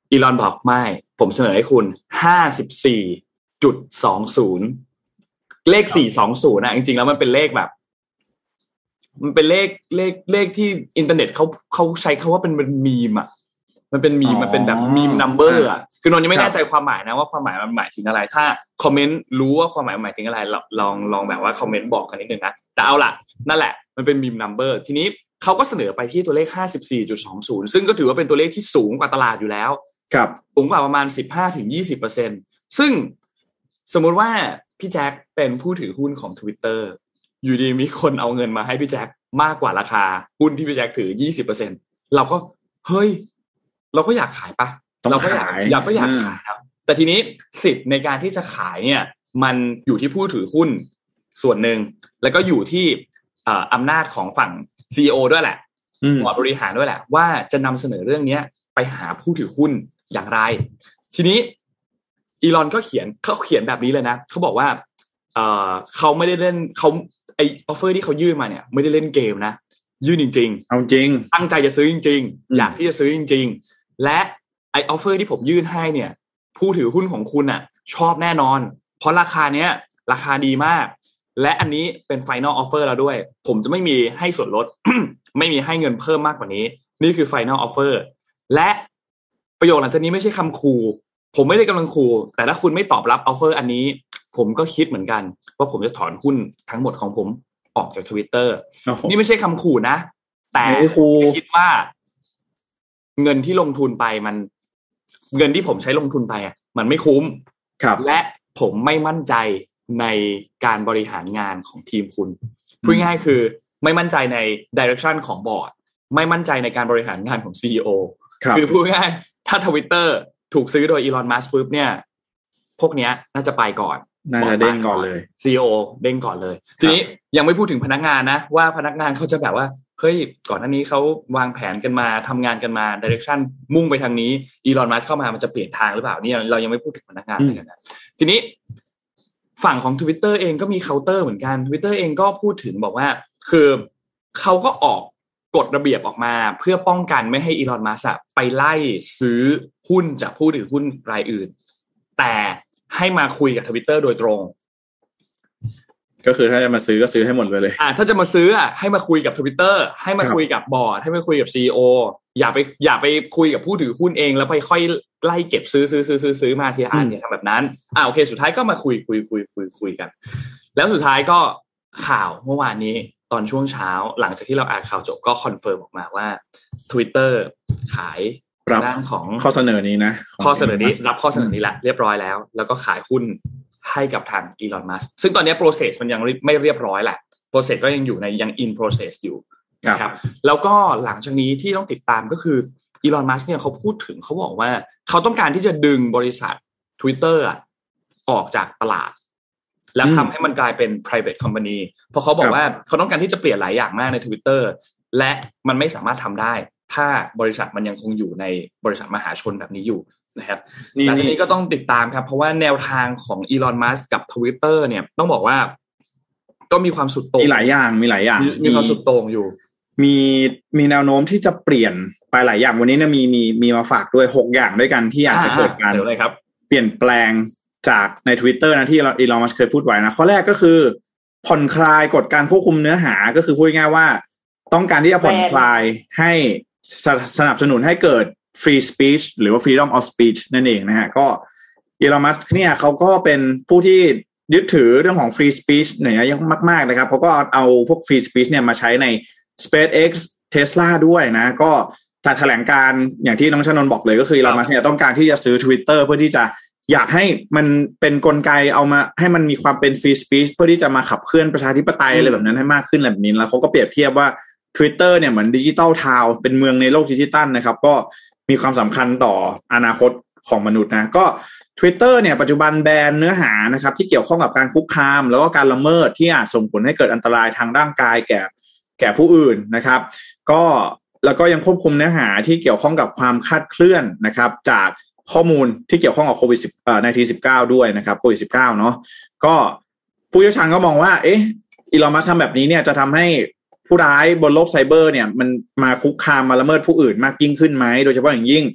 อีลอนบอกไม่ผมเสนอให้คุณ ห้าสิบสี่จุดสองศูนย์ เลขสี่สองศูนย์นะจริงๆแล้วมันเป็นเลขแบบมันเป็นเลขเลขเลขที่อินเทอร์เน็ตเขาเขาใช้คำว่าเป็นเป็นมีมอ่ะมันเป็นมีมมันเป็นแบบมีมนัมเบอร์อ่ะคือนนยังไม่แน่ใจความหมายนะว่าความหมายมันหมายถึงอะไรถ้าคอมเมนต์รู้ว่าความหมายหมายถึงอะไรลองลองแบบว่าคอมเมนต์บอกกันนิดนึงนะแต่เอาล่ะนั่นแหละมันเป็นมีมนัมเบอร์ทีนี้เขาก็เสนอไปที่ตัวเลข ห้าสิบสี่จุดสองศูนย์ ซึ่งก็ถือว่าเป็นตัวเลขที่สูงกว่าตลาดอยู่แล้วครับสูงกว่าประมาณ สิบห้าถึงยี่สิบเปอร์เซ็นต์ ซึ่งสมมุติว่าพี่แจ็คเป็นผู้ถือหุ้นของ Twitter อยู่ดีมีคนเอาเงินมาให้พี่แจ็คมากกว่าราคาหุ้นที่พี่แจ็คถือ ยี่สิบเปอร์เซ็นต์ เราก็เฮ้ยเราก็อยากขายปะเราก็อยากอยากก็อยากขายครับแต่ทีนี้สิทธิ์ในการที่จะขายเนี่ยมันอยู่ที่ผู้ถือหุ้นส่วนหนึ่งแล้วก็อยู่ที่อำนาจของฝั่ง ซี อี โอ ด้วยแหละบอร์ดบริหารด้วยแหละว่าจะนำเสนอเรื่องนี้ไปหาผู้ถือหุ้นอย่างไรทีนี้อีลอนก็เขียนเขาเขียนแบบนี้เลยนะเขาบอกว่าเอ่อเขาไม่ได้เล่นเขาไอออฟเฟอร์ที่เขายื่นมาเนี่ยไม่ได้เล่นเกมนะยื่นจริงๆเอาจริงตั้งใจจะซื้อจริงๆอยากที่จะซื้อจริงๆและไอออฟเฟอร์ที่ผมยื่นให้เนี่ยผู้ถือหุ้นของคุณอ่ะชอบแน่นอนเพราะราคาเนี้ยราคาดีมากและอันนี้เป็น Final Offer แล้วด้วยผมจะไม่มีให้ส่วนลด ไม่มีให้เงินเพิ่มมากกว่านี้นี่คือ Final Offer และประโยคหลังจากนี้ไม่ใช่คำขู่ผมไม่ได้กำลังขู่แต่ถ้าคุณไม่ตอบรับ Offer อันนี้ผมก็คิดเหมือนกันว่าผมจะถอนหุ้นทั้งหมดของผมออกจาก Twitter นี่ไม่ใช่คำขู่นะแต่คิดว่าเงินที่ลงทุนไปมันเงินที่ผมใช้ลงทุนไปอ่ะมันไม่คุ้มและผมไม่มั่นใจในการบริหารงานของทีมคุณพูดง่ายๆคือไม่มั่นใจใน direction ของบอร์ดไม่มั่นใจในการบริหารงานของ ซี อี โอ คือพูดง่ายๆถ้า Twitter ถูกซื้อโดยอีลอนมัสก์ปุ๊บเนี่ยพวกเนี้ยน่าจะไปก่อนน่าจะเด้งก่อนเลยซี อี โอ เด้งก่อนเลยทีนี้ยังไม่พูดถึงพนักงานนะว่าพนักงานเขาจะแบบว่าเฮ้ยก่อนหน้านี้เขาวางแผนกันมาทำงานกันมา direction มุ่งไปทางนี้อีลอนมัสก์เข้ามามันจะเปลี่ยนทางหรือเปล่านี่เรายังไม่พูดถึงพนักงานเลยนะทีนี้ฝั่งของ Twitter เองก็มีเคาน์เตอร์เหมือนกัน Twitter เองก็พูดถึงบอกว่าคือเขาก็ออกกฎระเบียบออกมาเพื่อป้องกันไม่ให้อีลอนมัสก์ไปไล่ซื้อหุ้นจากผู้ถือหุ้นรายอื่นแต่ให้มาคุยกับ Twitter โดยตรงก็คือถ้าจะมาซื้อก็ซื้อให้หมดเลยเลยอ่าถ้าจะมาซื้ออ่ะให้มาคุยกับ Twitter ให้มาคุยกับบอร์ดให้มาคุยกับ ซี อี โอ อย่าไปอย่าไปคุยกับผู้ถือหุ้นเองแล้วไปค่อยไล่เก็บซื้อซื้อซื้อซื้อซื้อมาทีละอันเนี่ยทำแบบนั้นอ่าโอเคสุดท้ายก็มาคุยคุยคุยคุยคุยกันแล้วสุดท้ายก็ข่าวเมื่อวานนี้ตอนช่วงเช้าหลังจากที่เราอ่านข่าวจบก็คอนเฟิร์มออกมาว่า Twitter ขายด้านของข้อเสนอนี้นะข้อเสนอนี้รับข้อเสนอนี้แล้วเรียบร้อยแล้วแล้วก็ขายหุ้นให้กับทางอีลอนมัสก์ซึ่งตอนนี้ process มันยังไม่เรียบร้อยแหละ process ก็ยังอยู่ในยัง in process อยู่นะครับแล้วก็หลังจากนี้ที่ต้องติดตามก็คืออีลอนมัสก์เนี่ยเขาพูดถึงเขาบอกว่าเขาต้องการที่จะดึงบริษัท Twitter อ่ะออกจากตลาดแล้วทำให้มันกลายเป็น private company เพราะเขาบอกว่าเขาต้องการที่จะเปลี่ยนหลายอย่างมากใน Twitter และมันไม่สามารถทำได้ถ้าบริษัทมันยังคงอยู่ในบริษัทมหาชนแบบนี้อยู่นะครับแต่ทีนี้ก็ต้องติดตามครับเพราะว่าแนวทางของอีลอนมัสก์กับ Twitter เนี่ยต้องบอกว่าก็มีความสุดโต่งมีหลายอย่างมีหลายอย่างมีความสุดโต่งอยู่มีมีแนวโน้มที่จะเปลี่ยนไปหลายอย่างวันนี้เนี่ยมีมีมีมาฝากด้วยหกอย่างด้วยกันที่อาจจะเกิดการเปลี่ยนแปลงจากใน Twitter นะที่อีลอนมัสก์เคยพูดไว้นะข้อแรกก็คือผ่อนคลายกฎการควบคุมเนื้อหาก็คือพูดง่ายๆว่าต้องการที่จะผ่อนคลายให้สนับสนุนให้เกิด free speech หรือว่า freedom of speech นั่นเองนะฮะก็อีลอนมัสก์เนี่ยเขาก็เป็นผู้ที่ยึดถือเรื่องของ free speech เนี่ยเยอะมากๆนะครับเขาก็เอาพวก free speech เนี่ยมาใช้ใน SpaceX Tesla ด้วยนะก็จากแถลงการอย่างที่น้องชนนท์บอกเลยก็คืออีลอนมัสก์เนี่ยต้องการที่จะซื้อ Twitter เพื่อที่จะอยากให้มันเป็นกลไกเอามาให้มันมีความเป็น free speech เพื่อที่จะมาขับเคลื่อนประชาธิปไตยอะไรแบบนั้นให้มากขึ้นแบบนี้แล้วเขาก็เปรียบเทียบว่าTwitter เนี่ยเหมือนดิจิตอลทาวน์เป็นเมืองในโลกดิจิทัลนะครับก็มีความสำคัญต่ออนาคตของมนุษย์นะก็ Twitter เนี่ยปัจจุบันแบนเนื้อหานะครับที่เกี่ยวข้องกับการคุกคามแล้วก็การละเมิดที่อาจส่งผลให้เกิดอันตรายทางร่างกายแก่แก่ผู้อื่นนะครับก็แล้วก็ยังควบคุมเนื้อหาที่เกี่ยวข้องกับความคลาดเคลื่อนนะครับจากข้อมูลที่เกี่ยวข้องกับโควิดสิบเอ่อ สิบเก้า ด้วยนะครับโควิดสิบเก้าเนาะก็ผู้เชี่ยวชาญก็มองว่าเอ๊ะอีลอนมัสก์ทำแบบนี้เนี่ยจะทำให้ผู้ร้ายบนโลกไซเบอร์เนี่ยมันมาคุกคามมาละเมิดผู้อื่นมากยิ่งขึ้นไหมโดยเฉพาะอย่างยิ่ง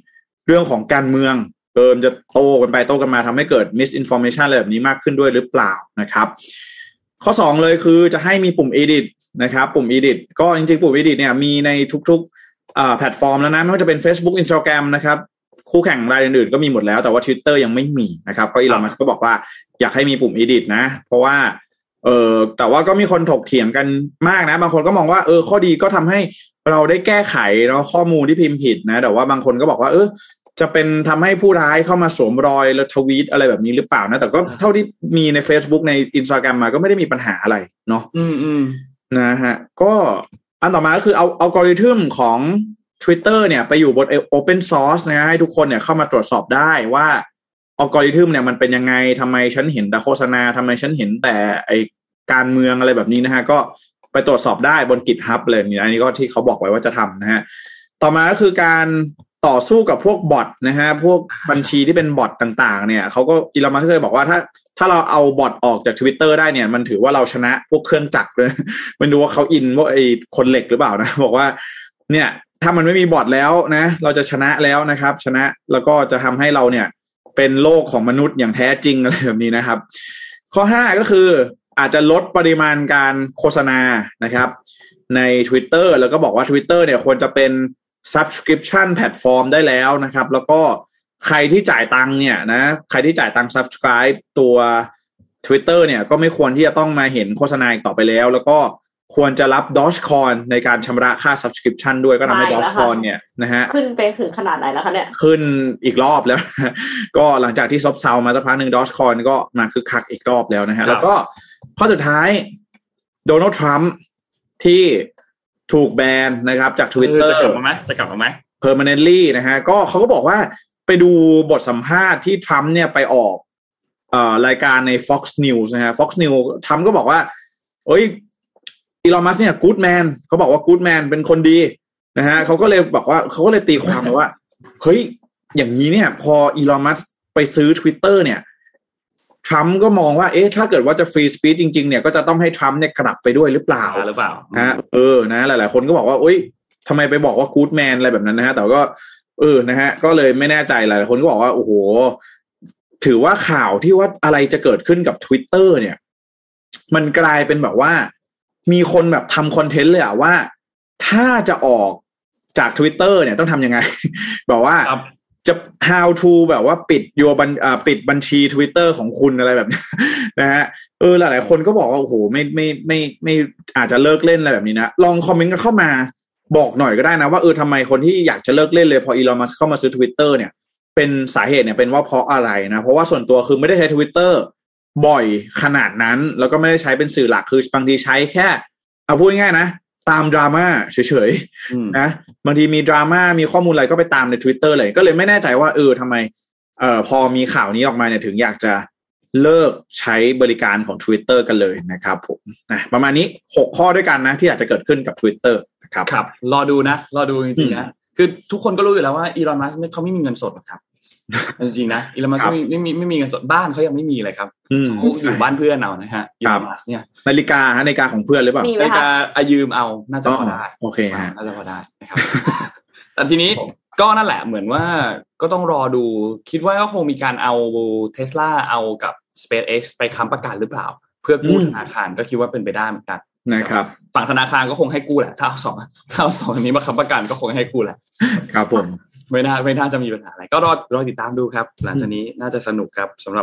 เรื่องของการเมืองเออจะโตกันไปโตกันมาทำให้เกิด misinformation อะไรแบบนี้มากขึ้นด้วยหรือเปล่านะครับข้อสองเลยคือจะให้มีปุ่ม edit นะครับปุ่ม edit ก็จริงๆปุ่ม edit เนี่ยมีในทุกๆอ่าแพลตฟอร์มแล้วนะไม่ว่าจะเป็น Facebook Instagram นะครับคู่แข่งรายอื่นๆก็มีหมดแล้วแต่ว่า Twitter ยังไม่มีนะครับก็อีลอนมัสก์ก็บอกว่าอยากให้มีปุ่ม edit นะเพราะว่าเออแต่ว่าก็มีคนถกเถียงกันมากนะบางคนก็มองว่าเออข้อดีก็ทำให้เราได้แก้ไขเนาะข้อมูลที่พิมพ์ผิดนะแต่ว่าบางคนก็บอกว่าเออจะเป็นทำให้ผู้ร้ายเข้ามาสวมรอยแล้วทวีตอะไรแบบนี้หรือเปล่านะแต่ก็เท่าที่มีใน Facebook ใน Instagram มาก็ไม่ได้มีปัญหาอะไรเนาะอืมๆนะฮะก็อันต่อมาก็คือเอาอัลกอริทึมของ Twitter เนี่ยไปอยู่บน Open Source นะให้ทุกคนเนี่ยเข้ามาตรวจสอบได้ว่าอัลกอริทึมเนี่ยมันเป็นยังไงทำไมฉันเห็นแต่โฆษณาทำไมฉันเห็นแต่ไอการเมืองอะไรแบบนี้นะฮะก็ไปตรวจสอบได้บน GitHub เลยนี่อันนี้ก็ที่เขาบอกไว้ว่าจะทำนะฮะต่อมาก็คือการต่อสู้กับพวกบอทนะฮะพวกบัญชีที่เป็นบอทต่างๆเนี่ยเขาก็อีลอนมัสก์เคยบอกว่าถ้าถ้าเราเอาบอทออกจาก Twitter ได้เนี่ยมันถือว่าเราชนะพวกเครื่องจักรเลยไม่รู้ว่าเขาอินว่าไอ้คนเหล็กหรือเปล่านะบอกว่าเนี่ยถ้ามันไม่มีบอทแล้วนะเราจะชนะแล้วนะครับชนะแล้วก็จะทำให้เราเนี่ยเป็นโลกของมนุษย์อย่างแท้จริงอะไรแบบนี้นะครับข้อห้าก็คืออาจจะลดปริมาณการโฆษณานะครับใน Twitter แล้วก็บอกว่า Twitter เนี่ยควรจะเป็น subscription platform ได้แล้วนะครับแล้วก็ใครที่จ่ายตังค์เนี่ยนะใครที่จ่ายตังค์ subscribe ตัว Twitter เนี่ยก็ไม่ควรที่จะต้องมาเห็นโฆษณาอีกต่อไปแล้วแล้วก็ควรจะรับ Dogecoin ในการชำระค่า subscription ด้วยก็ทำให้ Dogecoin เนี่ยนะฮะขึ้นไปถึงขนาดไหนแล้วคะเนี่ยขึ้นอีกรอบแล้ว ก็หลังจากที่ซบเซามาสักพักหนึ่ง Dogecoin ก็มาคึกคักอีกรอบแล้วนะฮะแล้วก็ข้อสุดท้ายโดนัลด์ทรัมป์ที่ถูกแบนนะครับจาก Twitter จะกลับมาไหมจะกลับมาไหม permanently นะฮะก็เขาก็บอกว่าไปดูบทสัมภาษณ์ที่ทรัมป์เนี่ยไปออกเอ่อรายการใน Fox News นะฮะ Fox News ทรัมป์ก็บอกว่าเอ้ยอีลอนมัสก์เนี่ย good man เขาบอกว่า good man เป็นคนดีนะฮะเขาก็เลยบอกว่าเขาก็เลยตีความว่าเฮ้ยอย่างนี้เนี่ยพออีลอนมัสก์ไปซื้อ Twitter เนี่ยทรัมป์ก็มองว่าเอ๊ะถ้าเกิดว่าจะฟรีสปีชจริงๆเนี่ยก็จะต้องให้ทรัมป์เนี่ยกลับไปด้วยหรือเปล่าหรือเปล่านะเออนะหลายๆคนก็บอกว่าโอ๊ยทำไมไปบอกว่ากู๊ดแมนอะไรแบบนั้นนะฮะแต่ก็เออนะฮะก็เลยไม่แน่ใจหลายๆคนก็บอกว่าโอ้โหถือว่าข่าวที่ว่าอะไรจะเกิดขึ้นกับ Twitter เนี่ยมันกลายเป็นแบบว่ามีคนแบบทำคอนเทนต์เลยอะว่าถ้าจะออกจาก Twitter เนี่ยต้องทำยังไงบอกว่าจะ how to แบบว่าปิดโยบันอ่าปิดบัญชี Twitter ของคุณอะไรแบบนี้นะฮะเออหลายๆคนก็บอกว่าโอ้โหไม่ไม่ไม่ไม่อาจจะเลิกเล่นอะไรแบบนี้นะลองคอมเมนต์กันเข้ามาบอกหน่อยก็ได้นะว่าเออทำไมคนที่อยากจะเลิกเล่นเลยพออีลอนมัสก์เข้ามาซื้อ Twitter เนี่ยเป็นสาเหตุเนี่ยเป็นว่าเพราะอะไรนะเพราะว่าส่วนตัวคือไม่ได้ใช้ Twitter บ่อยขนาดนั้นแล้วก็ไม่ได้ใช้เป็นสื่อหลักคือบางทีใช้แค่เอาพูดง่ายๆนะตามดราม่าเฉยๆนะบางทีมีดราม่ามีข้อมูลอะไรก็ไปตามใน Twitter เลยก็เลยไม่แน่ใจว่าเออทำไมเอ่อพอมีข่าวนี้ออกมาเนี่ยถึงอยากจะเลิกใช้บริการของ Twitter กันเลยนะครับผมนะประมาณนี้หกข้อด้วยกันนะที่อาจจะเกิดขึ้นกับ Twitter นะครับครับรอดูนะรอดูจริงๆนะคือทุกคนก็รู้อยู่แล้วว่าอีลอนมัสก์เขาไม่มีเงินสดหรอกครับจริงๆนะอีลอนมัสก์ไม่ไม่มีไม่มีเงินสดบ้านเขายังไม่มีเลยครับเขาอยู่บ้านเพื่อนเอานะฮะอีลอนมัสก์เนี่ยนาฬิกาฮะนาฬิกาของเพื่อนหรือเปล่านาฬิกาอายืมเอาน่าจะพอได้โอเคฮะน่าจะพอได้นะครับแต่ทีนี้ก็นั่นแหละเหมือนว่าก็ต้องรอดูคิดว่าก็คงมีการเอา Tesla เอากับ SpaceX ไปค้ำประกันหรือเปล่าเพื่อกู้ธนาคารก็คิดว่าเป็นไปได้เหมือนกันนะครับฝั่งธนาคารก็คงให้กู้แหละถ้าเอาสองถ้าเอาสองอันนี้มาค้ำประกันก็คงให้กู้แหละครับผมไม่น่าไม่น่าจะมีปัญหาอะไรก็รอรอติดตามดูครับหลังจากนี้น่าจะสนุกครับสำหรับ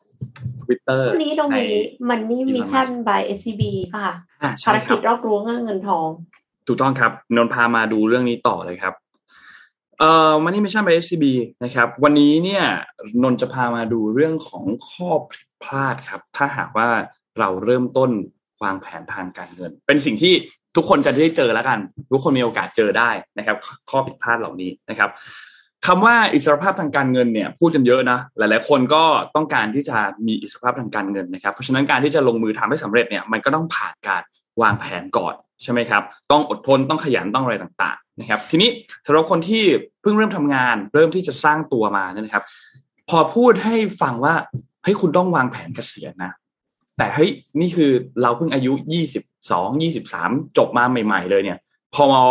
Twitter วันนี้ตรงนี้มันนี่มิชชั่น by เอส ซี บี ค่ะภารกิจรอบรู้เงินทองถูกต้องครับนนท์พามาดูเรื่องนี้ต่อเลยครับเอ่อมันนี่มิชชั่น by เอส ซี บี นะครับวันนี้เนี่ยนนท์จะพามาดูเรื่องของข้อผิดพลาดครับถ้าหากว่าเราเริ่มต้นวางแผนทางการเงินเป็นสิ่งที่ทุกคนจะได้เจอแล้วกันทุกคนมีโอกาสเจอได้นะครับข้อผิดพลาดเหล่านี้นะครับคำว่าอิสรภาพทางการเงินเนี่ยพูดกันเยอะนะหลายๆคนก็ต้องการที่จะมีอิสรภาพทางการเงินนะครับเพราะฉะนั้นการที่จะลงมือทำให้สำเร็จเนี่ยมันก็ต้องผ่านการวางแผนก่อนใช่ไหมครับต้องอดทนต้องขยันต้องอะไรต่างๆนะครับทีนี้สำหรับคนที่เพิ่งเริ่มทำงานเริ่มที่จะสร้างตัวมาเนี่ยนะครับพอพูดให้ฟังว่าเฮ้ยคุณต้องวางแผนเกษียณนะแต่เฮ้ยนี่คือเราเพิ่งอายุยี่สิบสอง ยี่สิบสามจบมาใหม่ๆเลยเนี่ยพอ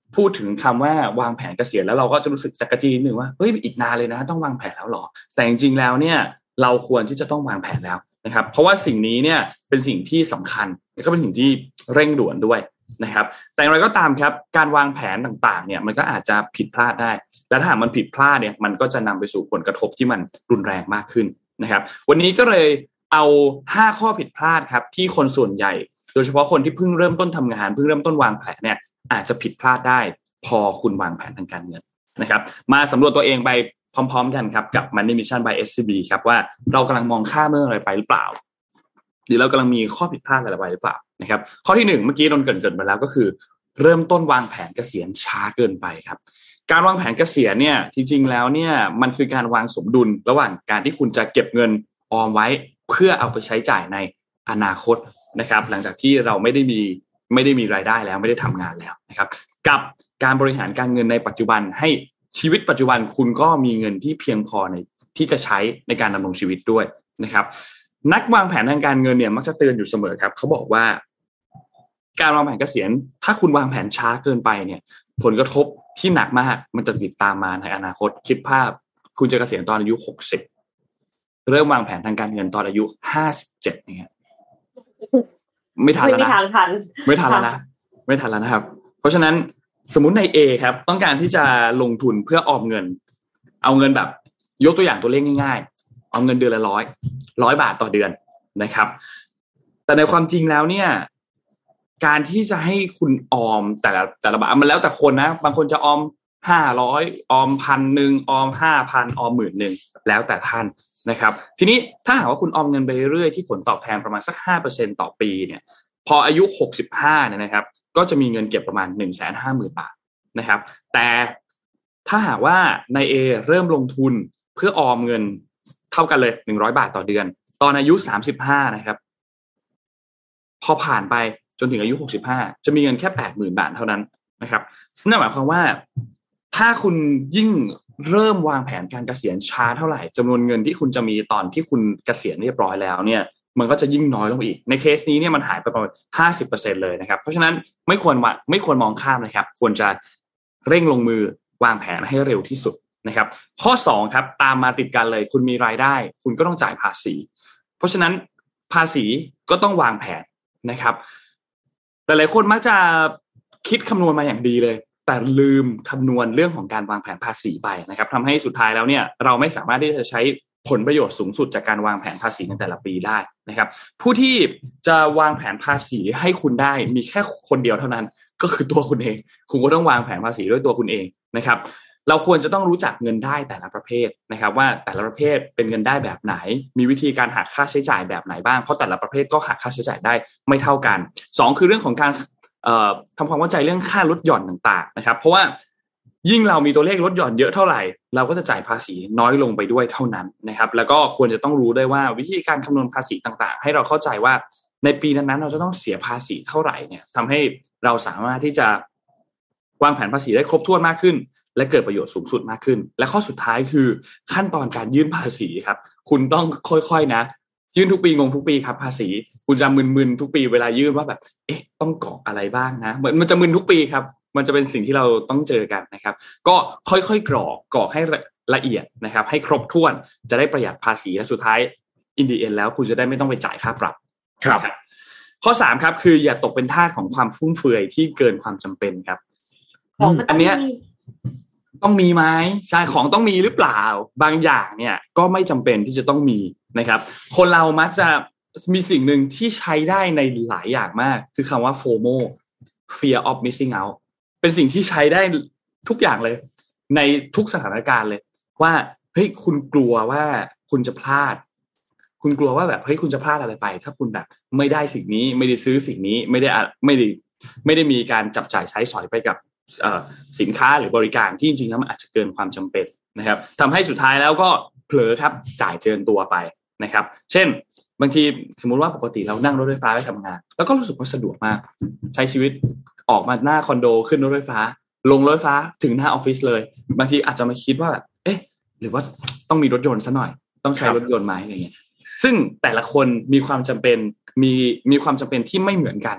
พูดถึงคำว่าวางแผนเกษียณแล้วเราก็จะรู้สึกจักรจี้นิดนึงว่าเฮ้ยอีกนานเลยนะต้องวางแผนแล้วหรอแต่จริงๆแล้วเนี่ยเราควรที่จะต้องวางแผนแล้วนะครับเพราะว่าสิ่งนี้เนี่ยเป็นสิ่งที่สำคัญและก็เป็นสิ่งที่เร่งด่วนด้วยนะครับแต่อย่างไรก็ตามครับการวางแผนต่างๆเนี่ยมันก็อาจจะผิดพลาดได้และถ้าหากมันผิดพลาดเนี่ยมันก็จะนำไปสู่ผลกระทบที่มันรุนแรงมากขึ้นนะครับวันนี้ก็เลยเอาห้าข้อผิดพลาดครับที่คนส่วนใหญ่โดยเฉพาะคนที่เพิ่งเริ่มต้นทำงานเพิ่งเริ่มต้นวางแผนเนี่ยอาจจะผิดพลาดได้พอคุณวางแผนทางการเงินนะครับมาสำรวจตัวเองไปพร้อมๆกันครับกับ Money Mission by เอส ซี บี ครับว่าเรากำลังมองข้ามเรื่องอะไรไปหรือเปล่าหรือเรากำลังมีข้อผิดพลาดอะไรไปหรือเปล่านะครับข้อที่หนึ่งเมื่อกี้นนท์เกริ่นๆไปแล้วก็คือเริ่มต้นวางแผนเกษียณช้าเกินไปครับการวางแผนเกษียณเนี่ยจริงๆแล้วเนี่ยมันคือการวางสมดุลระหว่างการที่คุณจะเก็บเงินออมไว้เพื่อเอาไปใช้จ่ายในอนาคตนะครับหลังจากที่เราไม่ได้มีไม่ได้มีรายได้แล้วไม่ได้ทำงานแล้วนะครับกับการบริหารการเงินในปัจจุบันให้ชีวิตปัจจุบันคุณก็มีเงินที่เพียงพอในที่จะใช้ในการดำรงชีวิตด้วยนะครับนักวางแผนทางการเงินเนี่ยมักจะเตือนอยู่เสมอครับเขาบอกว่าการวางแผนเกษียณถ้าคุณวางแผนช้าเกินไปเนี่ยผลกระทบที่หนักมากมันจะติดตามมาในอนาคตคิดภาพคุณจะเกษียณตอนอายุหกสิบเริ่มวางแผนทางการเงินตอนอายุห้าสิบเจ็ดเนี่ยไม่ทันแล้วนะไม่ทันทันไม่ทันแล้วนะไม่ทันแล้วนะครับเพราะฉะนั้นสมมุติใน A ครับต้องการที่จะลงทุนเพื่อออมเงินเอาเงินแบบยกตัวอย่างตัวเลขง่ายๆเอาเงินเดือนละร้อยร้อยบาทต่อเดือนนะครับแต่ในความจริงแล้วเนี่ยการที่จะให้คุณออมแต่ละแต่ละบาทมันแล้วแต่คนนะบางคนจะออมห้าร้อยออมพันหนึ่งออมห้าพันออมหมื่นหนึ่งแล้วแต่ท่านนะครับทีนี้ถ้าหากว่าคุณออมเงินไปเรื่อยๆที่ผลตอบแทนประมาณสัก ห้าเปอร์เซ็นต์ ต่อปีเนี่ยพออายุหกสิบห้าเนี่ยนะครับก็จะมีเงินเก็บประมาณ หนึ่งแสนห้าหมื่น บาทนะครับแต่ถ้าหากว่าใน A เริ่มลงทุนเพื่อออมเงินเท่ากันเลยหนึ่งร้อยบาทต่อเดือนตอนอายุสามสิบห้านะครับพอผ่านไปจนถึงอายุหกสิบห้าจะมีเงินแค่ แปดหมื่น บาทเท่านั้นนะครับนั่นหมายความว่าถ้าคุณยิ่งเริ่มวางแผนการเกษียณช้าเท่าไหร่จำนวนเงินที่คุณจะมีตอนที่คุณเกษียณเรียบร้อยแล้วเนี่ยมันก็จะยิ่งน้อยลงอีกในเคสนี้เนี่ยมันหายไปประมาณ ห้าสิบเปอร์เซ็นต์ เลยนะครับเพราะฉะนั้นไม่ควรว่าไม่ควรมองข้ามนะครับควรจะเร่งลงมือวางแผนให้เร็วที่สุดนะครับข้อสองครับตามมาติดกันเลยคุณมีรายได้คุณก็ต้องจ่ายภาษีเพราะฉะนั้นภาษีก็ต้องวางแผนนะครับหลายๆคนมักจะคิดคำนวณมาอย่างดีเลยแต่ลืมคำนวณเรื่องของการวางแผนภาษีไปนะครับทำให้สุดท้ายแล้วเนี่ยเราไม่สามารถที่จะใช้ผลประโยชน์สูงสุดจากการวางแผนภาษีในแต่ละปีได้นะครับผู้ที่จะวางแผนภาษีให้คุณได้มีแค่คนเดียวเท่านั้นก็คือตัวคุณเองคุณก็ต้องวางแผนภาษีด้วยตัวคุณเองนะครับเราควรจะต้องรู้จักเงินได้แต่ละประเภทนะครับว่าแต่ละประเภทเป็นเงินได้แบบไหนมีวิธีการหักค่าใช้จ่ายแบบไหนบ้างเพราะแต่ละประเภทก็หักค่าใช้จ่ายได้ไม่เท่ากันสองคือเรื่องของการเอ่อทำความเข้าใจเรื่องค่าลดหย่อนต่างๆนะครับเพราะว่ายิ่งเรามีตัวเลขลดหย่อนเยอะเท่าไหร่เราก็จะจ่ายภาษีน้อยลงไปด้วยเท่านั้นนะครับแล้วก็ควรจะต้องรู้ด้วยว่าวิธีการคำนวณภาษีต่างๆให้เราเข้าใจว่าในปีนั้นๆเราจะต้องเสียภาษีเท่าไหร่เนี่ยทำให้เราสามารถที่จะวางแผนภาษีได้ครบถ้วนมากขึ้นและเกิดประโยชน์สูงสุดมากขึ้นและข้อสุดท้ายคือขั้นตอนการยื่นภาษีครับคุณต้องค่อยๆนะยื่นทุกปีงงทุกปีครับภาษีคุณจะมึนๆทุกปีเวลายื่นว่าแบบเอ๊ะต้องกรอกอะไรบ้างนะเหมือนมันจะมึนทุกปีครับมันจะเป็นสิ่งที่เราต้องเจอกันนะครับก็ค่อยๆกรอกกรอกให้ละเอียดนะครับให้ครบถ้วนจะได้ประหยัดภาษีและสุดท้ายอินดีเอ็นแล้วคุณจะได้ไม่ต้องไปจ่ายค่าปรับครับข้อสามครับคืออย่าตกเป็นทาสของความฟุ่มเฟือยที่เกินความจำเป็นครับอันเนี้ยต้องมีไหมใช่ของต้องมีหรือเปล่าบางอย่างเนี่ยก็ไม่จำเป็นที่จะต้องมีนะครับคนเรามักจะมีสิ่งหนึ่งที่ใช้ได้ในหลายอย่างมากคือคำว่า โฟโม fear of missing out เป็นสิ่งที่ใช้ได้ทุกอย่างเลยในทุกสถานการณ์เลยว่าเฮ้ยคุณกลัวว่าคุณจะพลาดคุณกลัวว่าแบบเฮ้ยคุณจะพลาดอะไรไปถ้าคุณแบบไม่ได้สิ่งนี้ไม่ได้ซื้อสิ่งนี้ไม่ได้ไม่ได้ไม่ได้มีการจับจ่ายใช้สอยไปกับสินค้าหรือบริการที่จริงๆแล้วมันอาจจะเกินความจำเป็นนะครับทำให้สุดท้ายแล้วก็เผลอครับจ่ายเกินตัวไปนะครับเช่นบางทีสมมุติว่าปกติเรานั่งรถไฟฟ้าไปทำงานแล้วก็รู้สึกว่าสะดวกมากใช้ชีวิตออกมาหน้าคอนโดขึ้นรถไฟฟ้าลงรถไฟฟ้าถึงหน้าออฟฟิศเลยบางทีอาจจะมาคิดว่าแบบเอ๊ะหรือว่าต้องมีรถยนต์ซะหน่อยต้องใช้รถยนต์ไหมอะไรเงี้ยซึ่งแต่ละคนมีความจำเป็นมีมีความจำเป็นที่ไม่เหมือนกันเนาะ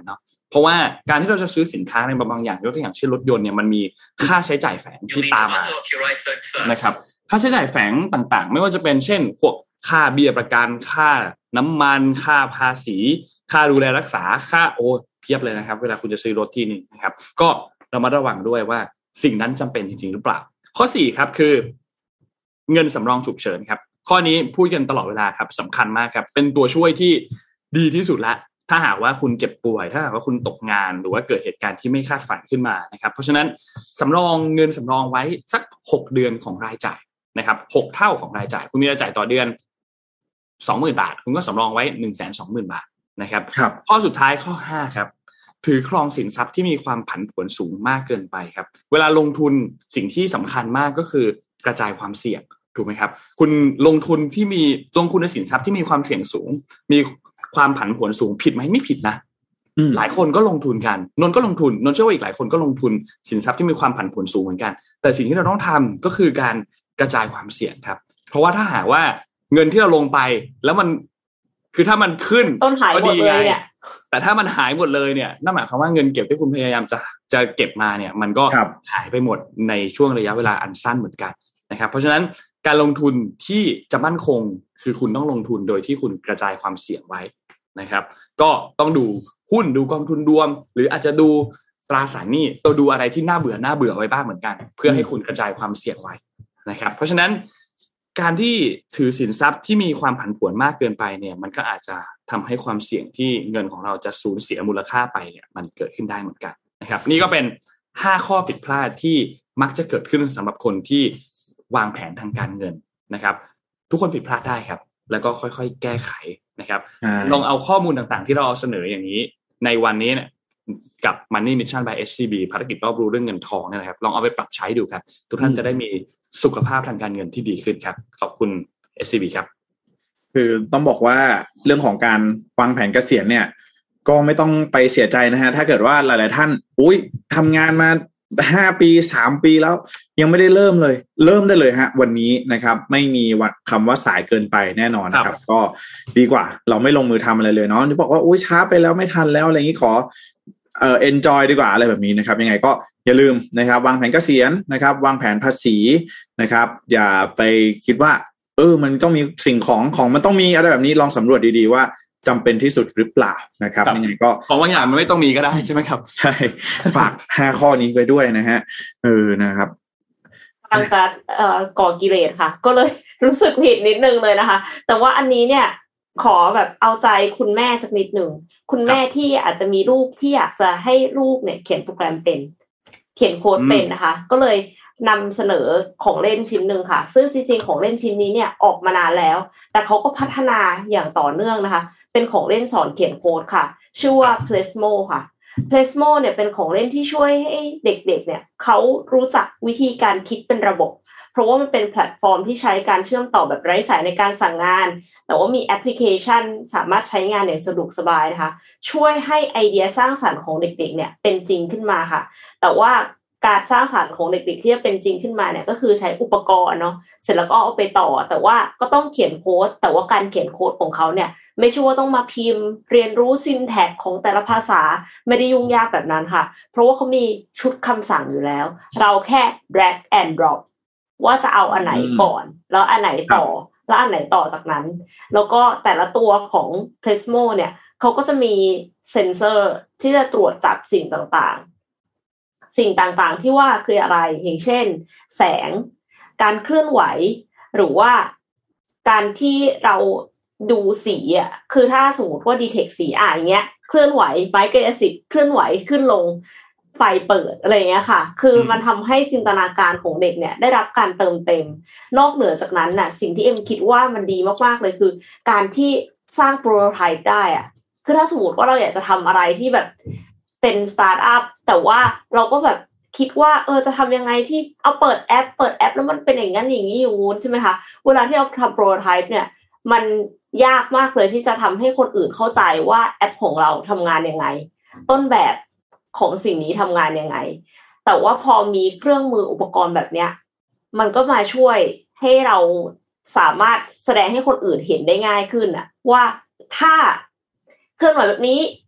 เพราะว่าการที่เราจะซื้อสินค้าในบางอย่างยกตัวอย่างเช่นรถยนต์เนี่ยมันมีค่าใช้จ่ายแฝงที่ตามมานะครับค่าใช้จ่ายแฝงต่างๆไม่ว่าจะเป็นเช่นพวกค่าเบี้ยประกันค่าน้ำมันค่าภาษีค่าดูแลรักษาค่าโอ้เพียบเลยนะครับเวลาคุณจะซื้อรถที่นี่นะครับก็เรามาระวังด้วยว่าสิ่งนั้นจำเป็นจริงๆหรือเปล่าข้อสี่ครับคือเงินสำรองฉุกเฉินครับข้อนี้พูดกันตลอดเวลาครับสำคัญมากครับเป็นตัวช่วยที่ดีที่สุดละถ้าหากว่าคุณเจ็บป่วยถ้าหากว่าคุณตกงานหรือว่าเกิดเหตุการณ์ที่ไม่คาดฝันขึ้นมานะครับเพราะฉะนั้นสำรองเงินสำรองไว้สักหกเดือนของรายจ่ายนะครับหกเท่าของรายจ่ายคุณมีรายจ่ายต่อเดือน สองหมื่น บาทคุณก็สำรองไว้ หนึ่งแสนสองหมื่น บาทนะครับข้อสุดท้ายข้อห้าครับถือครองสินทรัพย์ที่มีความผันผวนสูงมากเกินไปครับเวลาลงทุนสิ่งที่สำคัญมากก็คือกระจายความเสี่ยงถูกไหมครับคุณลงทุนที่มีลงทุนในสินทรัพย์ที่มีความเสี่ยงสูงมีความผันผวนสูงผิดไหมไม่ผิดนะหลายคนก็ลงทุนกันนนก็ลงทุนนนเชื่อว่าอีกหลายคนก็ลงทุนสินทรัพย์ที่มีความผันผวนสูงเหมือนกันแต่สิ่งที่เราต้องทำก็คือการกระจายความเสี่ยงครับเพราะว่าถ้าหากว่าเงินที่เราลงไปแล้วมันคือถ้ามันขึ้นต้นหายหมดเลยเนี่ยแต่ถ้ามันหายหมดเลยเนี่ยนั่นหมายความว่าเงินเก็บที่คุณพยายามจะจะเก็บมาเนี่ยมันก็หายไปหมดในช่วงระยะเวลาอันสั้นเหมือนกันนะครับเพราะฉะนั้นการลงทุนที่จะมั่นคงคือคุณต้องลงทุนโดยที่คุณกระจายความเสี่ยงไว้นะครับก็ต้องดูหุ้นดูกองทุนรวมหรืออาจจะดูตราสารหนี้ตัวดูอะไรที่น่าเบื่อน่าเบื่อไว้บ้างเหมือนกันเพื่อให้คุณกระจายความเสี่ยงไว้นะครับเพราะฉะนั้นการที่ถือสินทรัพย์ที่มีความผันผวนมากเกินไปเนี่ยมันก็อาจจะทำให้ความเสี่ยงที่เงินของเราจะสูญเสียมูลค่าไปเนี่ยมันเกิดขึ้นได้เหมือนกันนะครับนี่ก็เป็นห้าข้อผิดพลาดที่มักจะเกิดขึ้นสำหรับคนที่วางแผนทางการเงินนะครับทุกคนผิดพลาดได้ครับแล้วก็ค่อยๆแก้ไขนะครับลองเอาข้อมูลต่างๆที่เราเอาเสนออย่างนี้ในวันนี้เนี่ยกับ Money Mission by เอส ซี บี ภารกิจรอบรู้เรื่องเงินทองเนี่ยนะครับลองเอาไปปรับใช้ดูครับทุกท่านจะได้มีสุขภาพทางการเงินที่ดีขึ้นครับขอบคุณ เอส ซี บี ครับคือต้องบอกว่าเรื่องของการวางแผนเกษียณเนี่ยก็ไม่ต้องไปเสียใจนะฮะถ้าเกิดว่าหลายๆท่านอุ๊ยทำงานมาห้าปีสามปีแล้วยังไม่ได้เริ่มเลยเริ่มได้เลยฮะวันนี้นะครับไม่มีคำว่าสายเกินไปแน่นอนนะครับก็ดีกว่าเราไม่ลงมือทำอะไรเลยเนาะจะบอกว่าอุ๊ยช้าไปแล้วไม่ทันแล้วอะไรอย่างนี้ขอเอ่อ enjoy ดีกว่าอะไรแบบนี้นะครับยังไงก็อย่าลืมนะครับวางแผนเกษียณนะครับวางแผนภาษีนะครับอย่าไปคิดว่าเออมันต้องมีสิ่งของของมันต้องมีอะไรแบบนี้ลองสำรวจดีๆว่าจำเป็นที่สุดหรือเปล่านะครับยังไงก็ของบางอย่างมันไม่ต้องมีก็ได้ใช่ไหมครับใช่ฝากห้าข้อนี้ไว้ด้วยนะฮะเออนะครับกำลังจะเอ่อก่อกิเลสค่ะก็เลยรู้สึกผิดนิดนึงเลยนะคะแต่ว่าอันนี้เนี่ยขอแบบเอาใจคุณแม่สักนิดหนึ่งคุณแม่ที่อาจจะมีลูกที่อยากจะให้ลูกเนี่ยเขียนโปรแกรมเป็นเขียนโค้ดเป็นนะคะก็เลยนำเสนอของเล่นชิ้นหนึ่งค่ะซึ่งจริงๆของเล่นชิ้นนี้เนี่ยออกมานานแล้วแต่เขาก็พัฒนาอย่างต่อเนื่องนะคะเป็นของเล่นสอนเขียนโค้ดค่ะชื่อว่า Plesmo ค่ะ Plesmo เนี่ยเป็นของเล่นที่ช่วยให้เด็กๆเนี่ยเขารู้จักวิธีการคิดเป็นระบบเพราะว่ามันเป็นแพลตฟอร์มที่ใช้การเชื่อมต่อแบบไร้สายในการสั่งงานแต่ว่ามีแอปพลิเคชันสามารถใช้งานอย่างสะดวกสบายนะคะช่วยให้ไอเดียสร้างสรรค์ของเด็กๆเนี่ยเป็นจริงขึ้นมาค่ะแต่ว่าการสร้างสรรค์ของเด็กๆที่จะเป็นจริงขึ้นมาเนี่ยก็คือใช้อุปกรณ์เนาะเสร็จแล้วก็เอาไปต่อแต่ว่าก็ต้องเขียนโค้ดแต่ว่าการเขียนโค้ดของเขาเนี่ยไม่ใช่ว่าต้องมาพิมพ์เรียนรู้ซินแท็กของแต่ละภาษาไม่ได้ยุ่งยากแบบนั้นค่ะเพราะว่าเขามีชุดคำสั่งอยู่แล้วเราแค่ drag and drop ว่าจะเอาอันไหนก่อนแล้วอันไหนต่อแล้วอันไหนต่อจากนั้นแล้วก็แต่ละตัวของ Plesmo เนี่ยเขาก็จะมีเซ็นเซอร์ที่จะตรวจจับสิ่งต่างๆสิ่งต่างๆที่ว่าคืออะไรอย่างเช่นแสงการเคลื่อนไหวหรือว่าการที่เราดูสีอ่ะคือถ้าสมมติว่า detect สีอ่ะอย่างเงี้ยเคลื่อนไหวไมโครแอซิดเคลื่อนไหวขึ้นลงไฟเปิดอะไรเงี้ยค่ะคือมันทำให้จินตนาการของเด็กเนี่ยได้รับการเติมเต็มนอกเหนือจากนั้นน่ะสิ่งที่เอ็มคิดว่ามันดีมากๆเลยคือการที่สร้างโปรโตไทป์ได้อ่ะคือถ้าสมมติว่าเราอยากจะทำอะไรที่แบบเป็นสตาร์ทอัพแต่ว่าเราก็แบบคิดว่าเออจะทำยังไงที่เอาเปิดแอปเปิดแอปแล้วมันเป็นอย่างนั้นอย่างนี้อย่างงู้นใช่ไหมคะเวลาที่เราทำโปรโตไทป์เนี่ยมันยากมากเลยที่จะทำให้คนอื่นเข้าใจว่าแอปของเราทำงานยังไงต้นแบบของสิ่งนี้ทำงานยังไงแต่ว่าพอมีเครื่องมืออุปกรณ์แบบเนี้ยมันก็มาช่วยให้เราสามารถแสดงให้คนอื่นเห็นได้ง่ายขึ้นอะว่าถ้าเคลื่อนไหวแบบนี้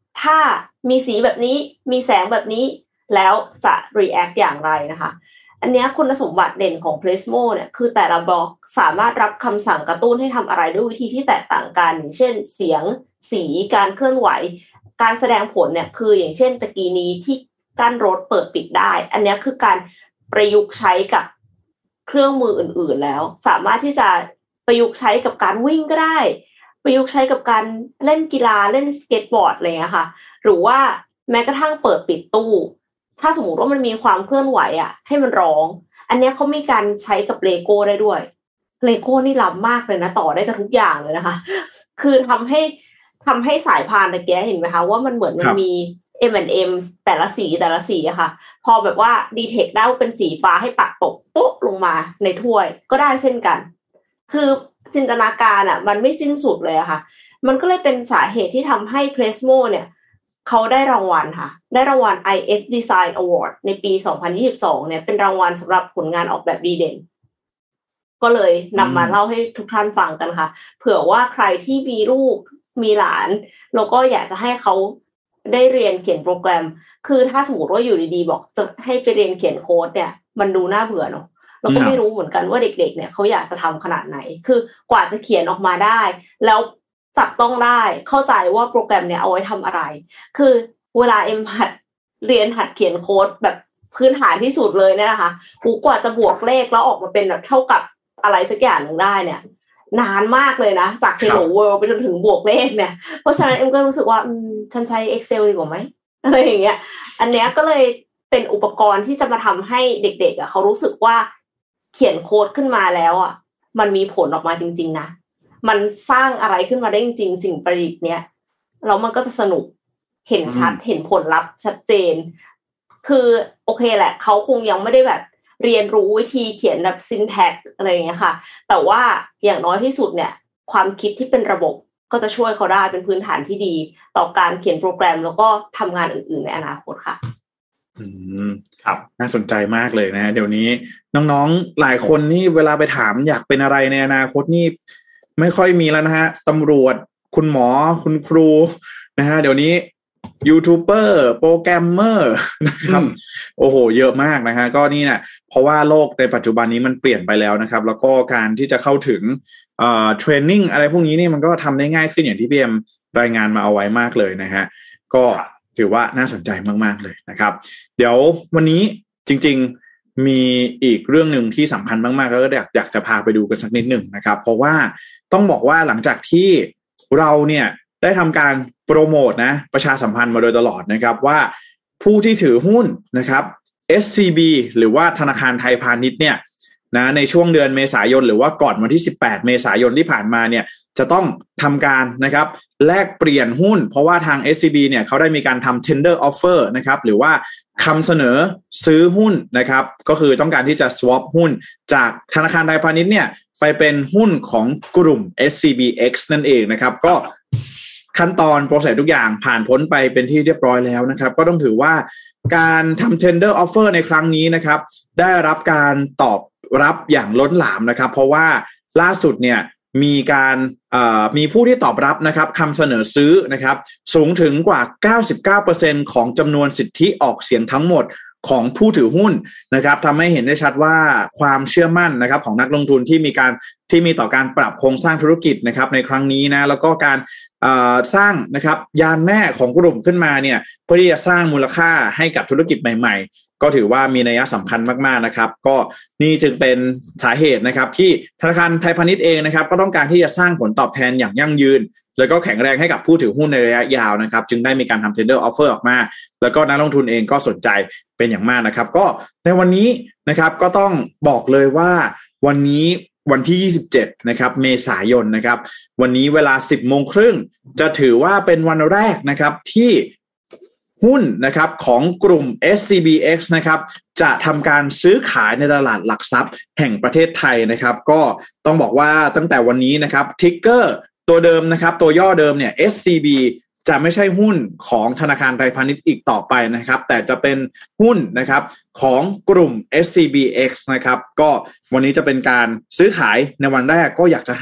ถ้ามีสีแบบนี้มีแสงแบบนี้แล้วจะ react อย่างไรนะคะอันนี้คุณสมบัติเด่นของ Plasmo เนี่ยคือแต่ละบล็อกสามารถรับคำสั่งกระตุ้นให้ทำอะไรด้วยวิธีที่แตกต่างกันอย่างเช่นเสียงสีการเคลื่อนไหวการแสดงผลเนี่ยคืออย่างเช่นตะกี้นี้ที่กั้นรถเปิดปิดได้อันนี้คือการประยุกต์ใช้กับเครื่องมืออื่นๆแล้วสามารถที่จะประยุกต์ใช้กับการวิ่งก็ได้ประยุกต์ใช้กับการเล่นกีฬาเล่นสเก็ตบอร์ดอะไรอย่างเงี้ยค่ะหรือว่าแม้กระทั่งเปิดปิดตู้ถ้าสมมติว่ามันมีความเคลื่อนไหวอ่ะให้มันร้องอันนี้เขามีการใช้กับเลโก้ได้ด้วยเลโก้นี่ล้ำมากเลยนะต่อได้กับทุกอย่างเลยนะคะคือทำให้ทำให้สายพานตะแกเห็นไหมคะว่ามันเหมือนมันมี เอ็ม แอนด์ เอ็ม แต่ละสีแต่ละสีอะค่ะพอแบบว่าดีเทคได้ว่าเป็นสีฟ้าให้ปักตกปุ๊บลงมาในถ้วยก็ได้เช่นกันคือจินตนาการอะมันไม่สิ้นสุดเลยอะค่ะมันก็เลยเป็นสาเหตุที่ทำให้ Plasmo เนี่ยเขาได้รางวัลค่ะได้รางวัล ไอ เอฟ Design Award ในปีสองพันยี่สิบสองเนี่ยเป็นรางวัลสำหรับผลงานออกแบบดีเด่นก็เลยนำมาเล่าให้ทุกท่านฟังกันค่ะเผื่อว่าใครที่มีลูกมีหลานแล้วก็อยากจะให้เขาได้เรียนเขียนโปรแกรมคือถ้าสมมติว่าอยู่ดีๆบอกจะให้ไปเรียนเขียนโค้ดเนี่ยมันดูน่าเบื่อเนาะเราก็ไม่รู้เหมือนกันว่าเด็กๆเนี่ยเขาอยากจะทำขนาดไหนคือกว่าจะเขียนออกมาได้แล้วจับต้องได้เข้าใจว่าโปรแกรมเนี่ยเอาไว้ทำอะไรคือเวลาเอ็มหัดเรียนหัดเขียนโค้ดแบบพื้นฐานที่สุดเลยเนี่ยนะคะกูกว่าจะบวกเลขแล้วออกมาเป็นแบบเท่ากับอะไรสักอย่างนึงได้เนี่ยนานมากเลยนะจาก Hello World ไปจนถึงบวกเลขเนี่ยเพราะฉะนั้นเอ็มก็รู้สึกว่าอืมฉันใช้ Excel ดีกว่าไหมอะไรอย่างเงี้ยอันเนี้ยก็เลยเป็นอุปกรณ์ที่จะมาทำให้เด็กๆอ่ะเขารู้สึกว่าเขียนโค้ดขึ้นมาแล้วอ่ะมันมีผลออกมาจริงๆนะมันสร้างอะไรขึ้นมาได้จริงๆสิ่งประดิษฐ์เนี้ยแล้วมันก็จะสนุกเห็นชัดเห็นผลลัพธ์ชัดเจนคือโอเคแหละเขาคงยังไม่ได้แบบเรียนรู้วิธีเขียนแบบ syntax อะไรอย่างเงี้ยค่ะแต่ว่าอย่างน้อยที่สุดเนี่ยความคิดที่เป็นระบบก็จะช่วยเขาได้เป็นพื้นฐานที่ดีต่อการเขียนโปรแกรมแล้วก็ทำงานอื่นๆในอนาคตค่ะอืมครับน่าสนใจมากเลยนะเดี๋ยวนี้น้องๆหลายคนนี่เวลาไปถามอยากเป็นอะไรในอนาคตนี่ไม่ค่อยมีแล้วนะฮะตำรวจคุณหมอคุณครูนะฮะเดี๋ยวนี้ยูทูบเบอร์โปรแกรมเมอร์นะครับโอ้โหเยอะมากนะฮะก็นี่เนี่ยเพราะว่าโลกในปัจจุบันนี้มันเปลี่ยนไปแล้วนะครับแล้วก็การที่จะเข้าถึงเอ่อเทรนนิ่งอะไรพวกนี้นี่มันก็ทำได้ง่ายขึ้นอย่างที่พี่เอ็มรายงานมาเอาไว้มากเลยนะฮะก็ถือว่าน่าสนใจมากๆเลยนะครับเดี๋ยววันนี้จริงๆมีอีกเรื่องหนึ่งที่สำคัญมากๆแล้วก็อยากอยากจะพาไปดูกันสักนิดหนึ่งนะครับเพราะว่าต้องบอกว่าหลังจากที่เราเนี่ยได้ทำการโปรโมทนะประชาสัมพันธ์มาโดยตลอดนะครับว่าผู้ที่ถือหุ้นนะครับ เอส ซี บี หรือว่าธนาคารไทยพาณิชย์เนี่ยนะในช่วงเดือนเมษายนหรือว่าก่อนวันที่สิบแปดเมษายนที่ผ่านมาเนี่ยจะต้องทำการนะครับแลกเปลี่ยนหุ้นเพราะว่าทาง เอส ซี บี เนี่ยเขาได้มีการทำ tender offer นะครับหรือว่าคำเสนอซื้อหุ้นนะครับก็คือต้องการที่จะ swap หุ้นจากธนาคารไทยพาณิชย์เนี่ยไปเป็นหุ้นของกลุ่ม เอส ซี บี เอ็กซ์ นั่นเองนะครับก็ขั้นตอนโปรเซสทุกอย่างผ่านพ้นไปเป็นที่เรียบร้อยแล้วนะครับก็ต้องถือว่าการทำ tender offer ในครั้งนี้นะครับได้รับการตอบรับอย่างล้นหลามนะครับเพราะว่าล่าสุดเนี่ยมีการมีผู้ที่ตอบรับนะครับคำเสนอซื้อนะครับสูงถึงกว่า เก้าสิบเก้าเปอร์เซ็นต์ ของจำนวนสิทธิออกเสียงทั้งหมดของผู้ถือหุ้นนะครับทำให้เห็นได้ชัดว่าความเชื่อมั่นนะครับของนักลงทุนที่มีการที่มีต่อการปรับโครงสร้างธุรกิจนะครับในครั้งนี้นะแล้วก็การสร้างนะครับยานแม่ของกลุ่มขึ้นมาเนี่ยเพื่อที่จะสร้างมูลค่าให้กับธุรกิจใหม่ๆก็ถือว่ามีนัยสำคัญมากๆนะครับก็นี่จึงเป็นสาเหตุนะครับที่ธนาคารไทยพาณิชย์เองนะครับก็ต้องการที่จะสร้างผลตอบแทนอย่างยั่งยืนแล้วก็แข็งแรงให้กับผู้ถือหุ้นในระยะยาวนะครับจึงได้มีการทำ tender offer ออกมาแล้วก็นักลงทุนเองก็สนใจเป็นอย่างมากนะครับก็ในวันนี้นะครับก็ต้องบอกเลยว่าวันนี้วันที่ยี่สิบเจ็ดนะครับเมษายนนะครับวันนี้เวลา สิบโมงครึ่งจะถือว่าเป็นวันแรกนะครับที่หุ้นนะครับของกลุ่ม เอส ซี บี เอ็กซ์ นะครับจะทำการซื้อขายในตลาดหลักทรัพย์แห่งประเทศไทยนะครับก็ต้องบอกว่าตั้งแต่วันนี้นะครับทิกเกอร์ตัวเดิมนะครับตัวย่อเดิมเนี่ย เอส ซี บี จะไม่ใช่หุ้นของธนาคารไทยพาณิชย์อีกต่อไปนะครับแต่จะเป็นหุ้นนะครับของกลุ่ม เอส ซี บี เอ็กซ์ นะครับก็วันนี้จะเป็นการซื้อขายในวันแรกก็อยากจะให้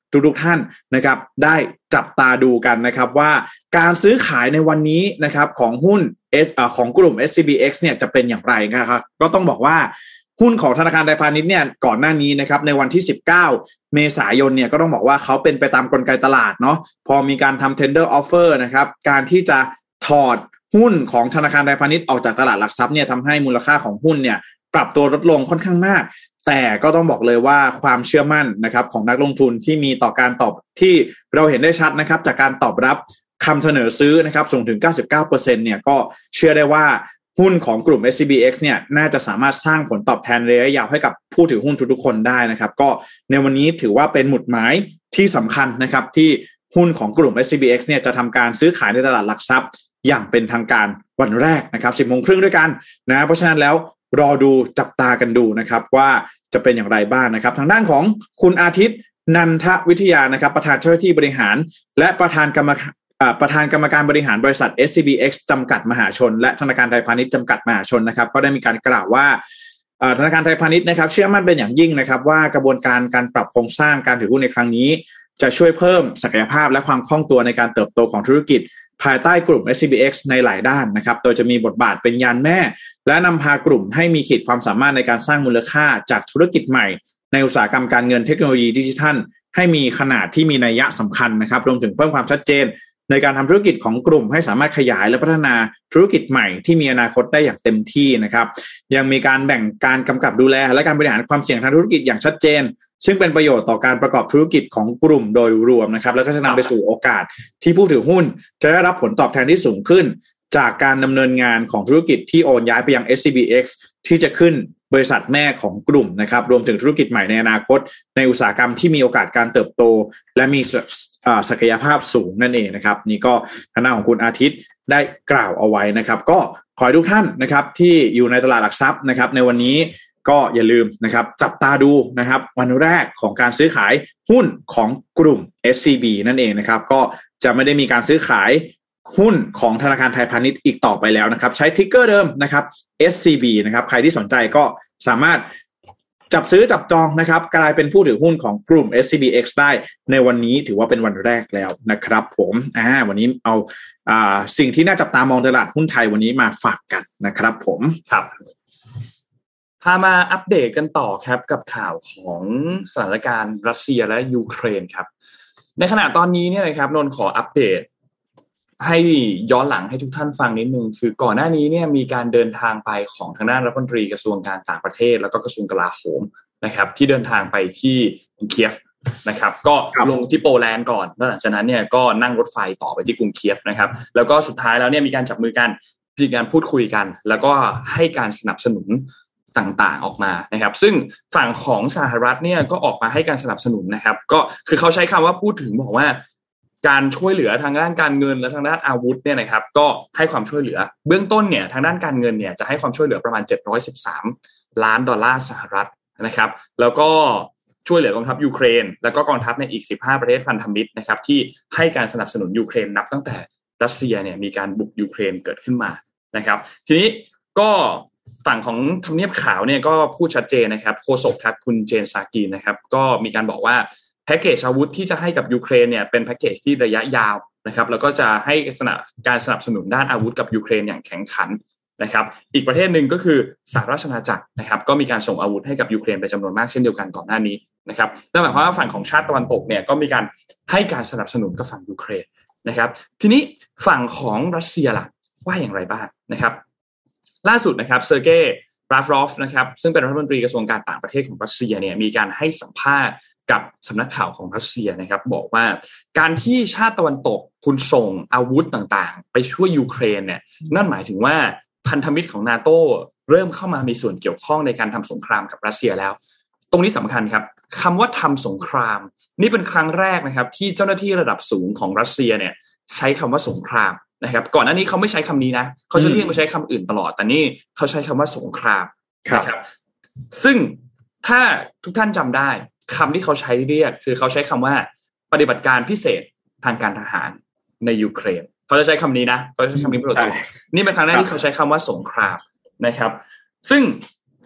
ทุกๆท่านนะครับได้จับตาดูกันนะครับว่าการซื้อขายในวันนี้นะครับของหุ้น S อ่าของกลุ่ม เอส ซี บี เอ็กซ์ เนี่ยจะเป็นอย่างไรนะครับก็ต้องบอกว่าหุ้นของธนาคารไทยพาณิชย์เนี่ยก่อนหน้านี้นะครับในวันที่สิบเก้าเมษายนเนี่ยก็ต้องบอกว่าเขาเป็นไปตามกลไกตลาดเนาะพอมีการทำ tender offer นะครับการที่จะถอดหุ้นของธนาคารไทยพาณิชย์ออกจากตลาดหลักทรัพย์เนี่ยทำให้มูลค่าของหุ้นเนี่ยปรับตัวลดลงค่อนข้างมากแต่ก็ต้องบอกเลยว่าความเชื่อมั่นนะครับของนักลงทุนที่มีต่อการตอบที่เราเห็นได้ชัดนะครับจากการตอบรับคำเสนอซื้อนะครับสูงถึง เก้าสิบเก้าเปอร์เซ็นต์ เนี่ยก็เชื่อได้ว่าหุ้นของกลุ่ม เอส ซี บี เอ็กซ์ เนี่ยน่าจะสามารถสร้างผลตอบแทนระยะยาวให้กับผู้ถือหุ้นทุกๆคนได้นะครับก็ในวันนี้ถือว่าเป็นหมุดหมายที่สำคัญนะครับที่หุ้นของกลุ่ม เอส ซี บี เอ็กซ์ เนี่ยจะทำการซื้อขายในตลาดหลักทรัพย์อย่างเป็นทางการวันแรกนะครับ สิบโมงครึ่งด้วยกันนะเพราะฉะนั้นแล้วรอดูจับตากันดูนะครับว่าจะเป็นอย่างไรบ้างนะครับทางด้านของคุณอาทิตย์นันทวิทยานะครับประธานเจ้าหน้าที่บริหารและประธานกรรมประธานกรรมการบริหารบริษัท เอส ซี บี เอ็กซ์ จำกัดมหาชนและธนาคารไทยพาณิชย์จำกัดมหาชนนะครับก็ได้มีการกล่าวว่าธนาคารไทยพาณิชย์นะครับเชื่อมั่นเป็นอย่างยิ่งนะครับว่ากระบวนการการปรับโครงสร้างการถือหุ้นในครั้งนี้จะช่วยเพิ่มศักยภาพและความคล่องตัวในการเติบโตของธุรกิจภายใต้กลุ่ม เอส ซี บี เอ็กซ์ ในหลายด้านนะครับโดยจะมีบทบาทเป็นยานแม่และนำพากลุ่มให้มีขีดความสามารถในการสร้างมูลค่าจากธุรกิจใหม่ในอุตสาหกรรมการเงินเทคโนโลยีดิจิทัลให้มีขนาดที่มีนัยสำคัญนะครับรวมถึงเพิ่มความชัดเจนในการทำธุรกิจของกลุ่มให้สามารถขยายและพัฒนาธุรกิจใหม่ที่มีอนาคตได้อย่างเต็มที่นะครับยังมีการแบ่งการกำกับดูแลและการบริหารความเสี่ยงทางธุรกิจอย่างชัดเจนซึ่งเป็นประโยชน์ต่อการประกอบธุรกิจของกลุ่มโดยรวมนะครับแล้วก็จะนำไปสู่โอกาสที่ผู้ถือหุ้นจะได้รับผลตอบแทนที่สูงขึ้นจากการดำเนินงานของธุรกิจที่โอนย้ายไปยัง เอส ซี บี เอ็กซ์ ที่จะขึ้นบริษัทแม่ของกลุ่มนะครับรวมถึงธุรกิจใหม่ในอนาคตในอุตสาหกรรมที่มีโอกาสการเติบโตและมีศักยภาพสูงนั่นเองนะครับนี่ก็ทางด้านของคุณอาทิตย์ได้กล่าวเอาไว้นะครับก็ขอให้ทุกท่านนะครับที่อยู่ในตลาดหลักทรัพย์นะครับในวันนี้ก็อย่าลืมนะครับจับตาดูนะครับวันแรกของการซื้อขายหุ้นของกลุ่ม เอส ซี บี นั่นเองนะครับก็จะไม่ได้มีการซื้อขายหุ้นของธนาคารไทยพาณิชย์อีกต่อไปแล้วนะครับใช้ทิกเกอร์เดิมนะครับ เอส ซี บี นะครับใครที่สนใจก็สามารถจับซื้อจับจองนะครับกลายเป็นผู้ถือหุ้นของกลุ่ม เอส ซี บี เอ็กซ์ ได้ในวันนี้ถือว่าเป็นวันแรกแล้วนะครับผมอ่าวันนี้เอาอ่าสิ่งที่น่าจับตามองตลาดหุ้นไทยวันนี้มาฝากกันนะครับผมครับพามาอัปเดตกันต่อครับกับข่าวของสถานการณ์รัสเซียและยูเครนครับในขณะตอนนี้เนี่ยนะครับนนท์ขออัปเดตให้ย้อนหลังให้ทุกท่านฟังนิดนึงคือก่อนหน้านี้เนี่ยมีการเดินทางไปของทางด้านรัฐมนตรีกระทรวงการต่างประเทศแล้วก็กระทรวงกลาโหมนะครับที่เดินทางไปที่กรุงเคียฟนะครับก็ลงที่โปแลนด์ก่อนแล้วหลังจากนั้นเนี่ยก็นั่งรถไฟต่อไปที่กรุงเคียฟนะครับแล้วก็สุดท้ายแล้วเนี่ยมีการจับมือกันมีการพูดคุยกันแล้วก็ให้การสนับสนุนต่างๆออกมานะครับซึ่งฝั่งของสหรัฐเนี่ยก็ออกมาให้การสนับสนุนนะครับก็คือเขาใช้คำว่าพูดถึงบอกว่าการช่วยเหลือทางด้านการเงินและทางด้านอาวุธเนี่ยนะครับก็ให้ความช่วยเหลือเบื้องต้นเนี่ยทางด้านการเงินเนี่ยจะให้ความช่วยเหลือประมาณเจ็ดร้อยสิบสามล้านดอลลาร์สหรัฐนะครับแล้วก็ช่วยเหลือกองทัพยูเครนแล้วก็กองทัพในอีกสิบห้าประเทศพันธมิตรนะครับที่ให้การสนับสนุนยูเครนนับตั้งแต่รัสเซียเนี่ยมีการบุกยูเครนเกิดขึ้นมานะครับทีนี้ก็ฝั่งของทำเนียบขาวเนี่ยก็พูดชัดเจนนะครับโฆษกครับคุณเจนซากีนนะครับก็มีการบอกว่าแพ็กเกจอาวุธที่จะให้กับยูเครนเนี่ยเป็นแพ็กเกจที่ระยะยาวนะครับแล้วก็จะให้สนับการสนับสนุนด้านอาวุธกับยูเครนอย่างแข็งขันนะครับอีกประเทศหนึ่งก็คือสหราชอาณาจักรนะครับก็มีการส่งอาวุธให้กับยูเครนเป็นจำนวนมากเช่นเดียวกันก่อนหน้านี้นะครับนั่นหมายความว่าฝั่งของชาติตะวันตกเนี่ยก็มีการให้การสนับสนุนกับฝั่งยูเครนนะครับทีนี้ฝั่งของรัสเซียล่ะว่าอย่างไรบ้างนะครับล่าสุดนะครับเซอร์เกย์ลาฟรอฟนะครับซึ่งเป็นรัฐมนตรีกระทรวงการต่างประเทศของรัสเซียเนี่ยมีการให้สัมภาษณ์กับสำนักข่าวของรัสเซียนะครับบอกว่าการที่ชาติตะวันตกคุณส่งอาวุธต่างๆไปช่วยยูเครนเนี่ยนั่นหมายถึงว่าพันธมิตรของ NATO เริ่มเข้ามามีส่วนเกี่ยวข้องในการทำสงครามกับรัสเซียแล้วตรงนี้สำคัญครับคำว่าทำสงครามนี่เป็นครั้งแรกนะครับที่เจ้าหน้าที่ระดับสูงของรัสเซียเนี่ยใช้คำว่าสงครามนะครับก่อนหน้านี้เขาไม่ใช้คำนี้นะเขาจะเรียกมาใช้คำอื่นตลอดแต่นี่เขาใช้คำว่าสงครามนะครับซึ่งถ้าทุกท่านจำได้คำที่เขาใช้เรียกคือเขาใช้คำว่าปฏิบัติการพิเศษทางการทหารในยูเครนเขาจะใช้คำนี้นะเขาจะใช้คำนี้เป็นตัวนี่เป็นครั้งแรกที่เขาใช้คำว่าสงครามนะครับซึ่ง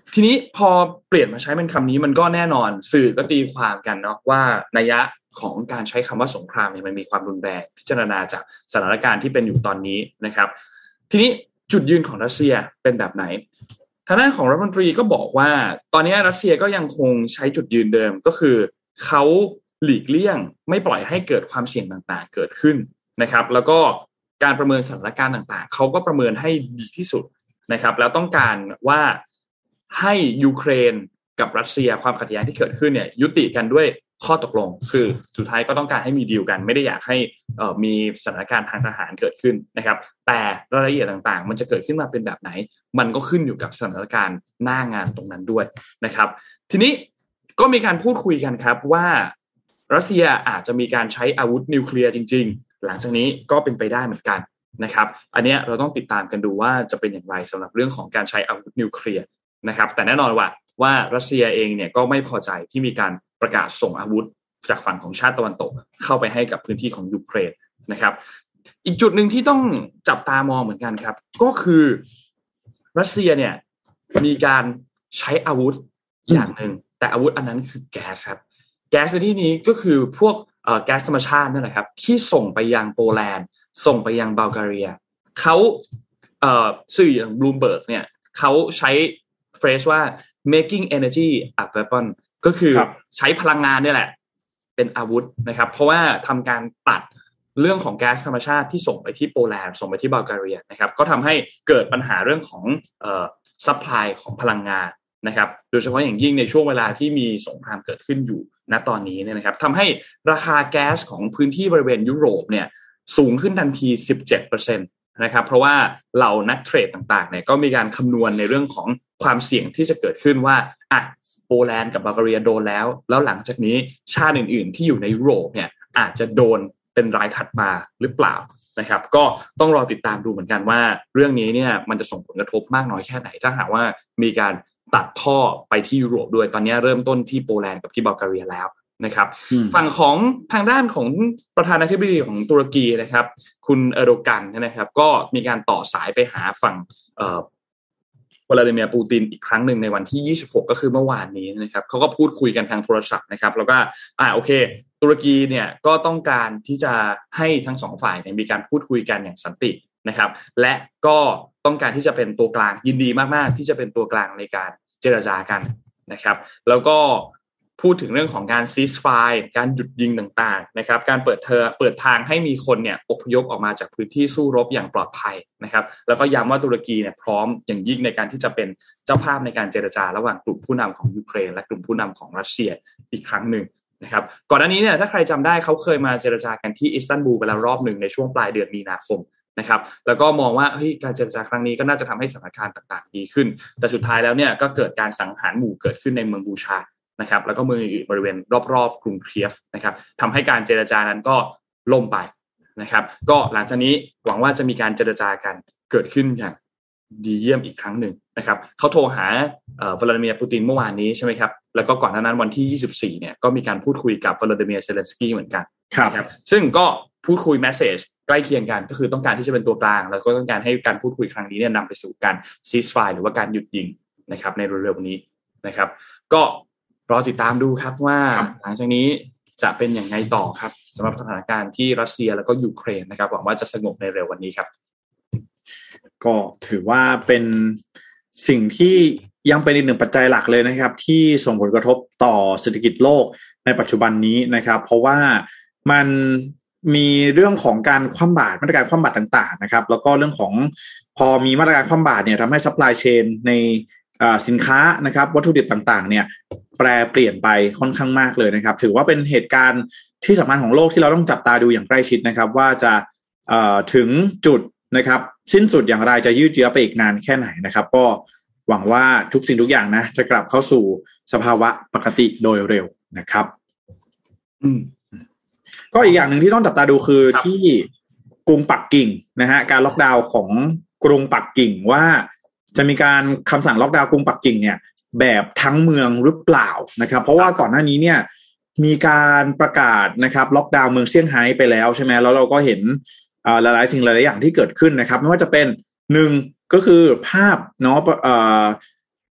ทีนี้พอเปลี่ยนมาใช้เป็นคำนี้มันก็แน่นอนสื่อก็ตีความกันเนาะว่านัยยะของการใช้คำว่าสงครามเนี่ยมันมีความรุนแรงพิจารณาจากสถานการณ์ที่เป็นอยู่ตอนนี้นะครับทีนี้จุดยืนของรัสเซียเป็นแบบไหนทางด้านของรัฐมนตรีก็บอกว่าตอนนี้รัสเซียก็ยังคงใช้จุดยืนเดิมก็คือเขาหลีกเลี่ยงไม่ปล่อยให้เกิดความเสี่ยงต่างๆเกิดขึ้นนะครับแล้วก็การประเมินสถานการณ์ต่างๆเขาก็ประเมินให้ดีที่สุดนะครับแล้วต้องการว่าให้ยูเครนกับรัสเซียความขัดแย้งที่เกิดขึ้นเนี่ยยุติกันด้วยข้อตกลงคือสุดท้ายก็ต้องการให้มีดีลกันไม่ได้อยากให้เอ่อมีสถานการณ์ทางทหารเกิดขึ้นนะครับแต่รายละเอียดต่างๆมันจะเกิดขึ้นมาเป็นแบบไหนมันก็ขึ้นอยู่กับสถานการณ์หน้างานตรงนั้นด้วยนะครับทีนี้ก็มีการพูดคุยกันครับว่ารัสเซียอาจจะมีการใช้อาวุธนิวเคลียร์จริงๆหลังจากนี้ก็เป็นไปได้เหมือนกันนะครับอันนี้เราต้องติดตามกันดูว่าจะเป็นอย่างไรสำหรับเรื่องของการใช้อาวุธนิวเคลียร์นะครับแต่แน่นอนว่าว่ารัสเซียเองเนี่ยก็ไม่พอใจที่มีการประกาศส่งอาวุธจากฝั่งของชาติตะวันตกเข้าไปให้กับพื้นที่ของยูเครนนะครับอีกจุดหนึ่งที่ต้องจับตามองเหมือนกันครับก็คือรัสเซียเนี่ยมีการใช้อาวุธอย่างหนึ่งแต่อาวุธอันนั้นคือแก๊สครับแก๊สในที่นี้ก็คือพวกเอ่อแก๊สธรรมชาตินั่นแหละครับที่ส่งไปยังโปแลนด์ส่งไปยังบัลแกเรียเขาเอ่อสื่ออย่างบลูมเบิร์กเนี่ยเขาใช้เฟรซว่า making energy a weapon ก็คือใช้พลังงานนี่แหละเป็นอาวุธนะครับเพราะว่าทำการตัดเรื่องของแก๊สธรรมชาติที่ส่งไปที่โปแลนด์ส่งไปที่บัลแกเรียนะครับก็ทำให้เกิดปัญหาเรื่องของเอ่อซัพพลายของพลังงานนะครับโดยเฉพาะอย่างยิ่งในช่วงเวลาที่มีสงครามเกิดขึ้นอยู่ณตอนนี้เนี่ยนะครับทำให้ราคาแก๊สของพื้นที่บริเวณยุโรปเนี่ยสูงขึ้นทันที สิบเจ็ดเปอร์เซ็นต์ นะครับเพราะว่าเหล่านักเทรดต่างๆเนี่ยก็มีการคำนวณในเรื่องของความเสี่ยงที่จะเกิดขึ้นว่าอ่ะโปแลนด์กับบัลแกเรียโดนแล้วแล้วหลังจากนี้ชาติอื่นๆที่อยู่ในยุโรปเนี่ยอาจจะโดนเป็นรายถัดมาหรือเปล่านะครับก็ต้องรอติดตามดูเหมือนกันว่าเรื่องนี้เนี่ยมันจะส่งผลกระทบมากน้อยแค่ไหนถ้าหากว่ามีการตัดท่อไปที่ยุโรปด้วยตอนนี้เริ่มต้นที่โปแลนด์กับที่บัลแกเรียแล้วนะครับฝั่งของทางด้านของประธานาธิบดีของตุรกีนะครับคุณเออร์โดกันนะครับก็มีการต่อสายไปหาฝั่งเอ่อวลาดิเมียร์ปูตินอีกครั้งหนึ่งในวันที่ยี่สิบหกก็คือเมื่อวานนี้นะครับเขาก็พูดคุยกันทางโทรศัพท์นะครับแล้วก็อ่าโอเคตุรกีเนี่ยก็ต้องการที่จะให้ทั้งสองฝ่ายเนี่ยมีการพูดคุยกันอย่างสันตินะครับและก็ต้องการที่จะเป็นตัวกลางยินดีมากๆที่จะเป็นตัวกลางในการเจรจากันนะครับแล้วก็พูดถึงเรื่องของการซีสไฟร์การหยุดยิงต่างๆนะครับการเปิดเทอเปิดทางให้มีคนเนี่ยอพยพออกมาจากพื้นที่สู้รบอย่างปลอดภัยนะครับแล้วก็ย้ำว่าตุรกีเนี่ยพร้อมอย่างยิ่งในการที่จะเป็นเจ้าภาพในการเจรจาระหว่างกลุ่มผู้นำของยูเครนและกลุ่มผู้นำของรัสเซียอีกครั้งหนึ่งนะครับก่อนหน้านี้เนี่ยถ้าใครจำได้เขาเคยมาเจรจากันที่อิสตันบูลไปแล้วรอบหนึ่งในช่วงปลายเดือนมีนาคมนะครับแล้วก็มองว่าเฮ้ยการเจรจาครั้งนี้ก็น่าจะทำให้สถานการณ์ต่างๆดีขึ้นแต่สุดท้ายแล้วเนี่ยก็เกิดการสังหารหมู่เกิดขึ้นในเมืองบูชานะครับแล้วก็เมืองอื่นบริเวณรอบๆกรุงเคียฟนะครับทำให้การเจรจานั้นก็ล่มไปนะครับก็หลังจากนี้หวังว่าจะมีการเจรจากันเกิดขึ้นอย่างดีเยี่ยมอีกครั้งหนึ่งนะครับเขาโทรหาเอ่อวลาดิเมียร์ปูตินเมื่อวานนี้ใช่ไหมครับแล้วก็ก่อนหน้านั้นวันที่ยี่สิบสี่เนี่ยก็มีการพูดคุยกับวลาดิเมียร์เซเลนสกี้เหมือนกันครับซึ่งก็พูดคุยเมสเสจใกล้เคียงกันก็คือต้องการที่จะเป็นตัวกลางแล้วก็ต้องการให้การพูดคุยครั้งนี้เนี่ยนำไปสู่การซีสไฟร์หรือว่าการหยุดยิงนะครับในเร็วๆนี้นะครับก็รอติดตามดูครับว่าหลังจากนี้จะเป็นอย่างไรต่อครับสำหรับสถานการณ์ที่รัสเซียแล้วก็ยูเครนนะครับหวังว่าจะสงบในเร็ววันนี้ครับก็ถือว่าเป็นสิ่งที่ยังเป็นอีกหนึ่งปัจจัยหลักเลยนะครับที่ส่งผลกระทบต่อเศรษฐกิจโลกในปัจจุบันนี้นะครับเพราะว่ามันมีเรื่องของการคว่ำบาตรมาตรการคว่ำบาตรต่างๆนะครับแล้วก็เรื่องของพอมีมาตรการคว่ำบาตรเนี่ยทำให้ซัพพลายเชนในสินค้านะครับวัตถุดิบต่างๆเนี่ยแปรเปลี่ยนไปค่อนข้างมากเลยนะครับถือว่าเป็นเหตุการณ์ที่สำคัญของโลกที่เราต้องจับตาดูอย่างใกล้ชิดนะครับว่าจะถึงจุดนะครับสิ้นสุดอย่างไรจะยืดเยื้อไปอีกนานแค่ไหนนะครับก็หวังว่าทุกสิ่งทุกอย่างนะจะกลับเข้าสู่สภาวะปกติโดยเร็วนะครับอืมก็อีกอย่างหนึ่งที่ต้องจับตาดูคือที่กรุงปักกิ่งนะฮะการล็อกดาวน์ของกรุงปักกิ่งว่าจะมีการคำสั่งล็อกดาวน์กรุงปักกิ่งเนี่ยแบบทั้งเมืองหรือเปล่านะครับเพราะว่าก่อนหน้านี้เนี่ยมีการประกาศนะครับล็อกดาวน์เมืองเซี่ยงไฮ้ไปแล้วใช่ไหมแล้วเราก็เห็นหลายๆสิ่งหลายๆอย่างที่เกิดขึ้นนะครับไม่ว่าจะเป็นหนึ่งก็คือภาพเนาะ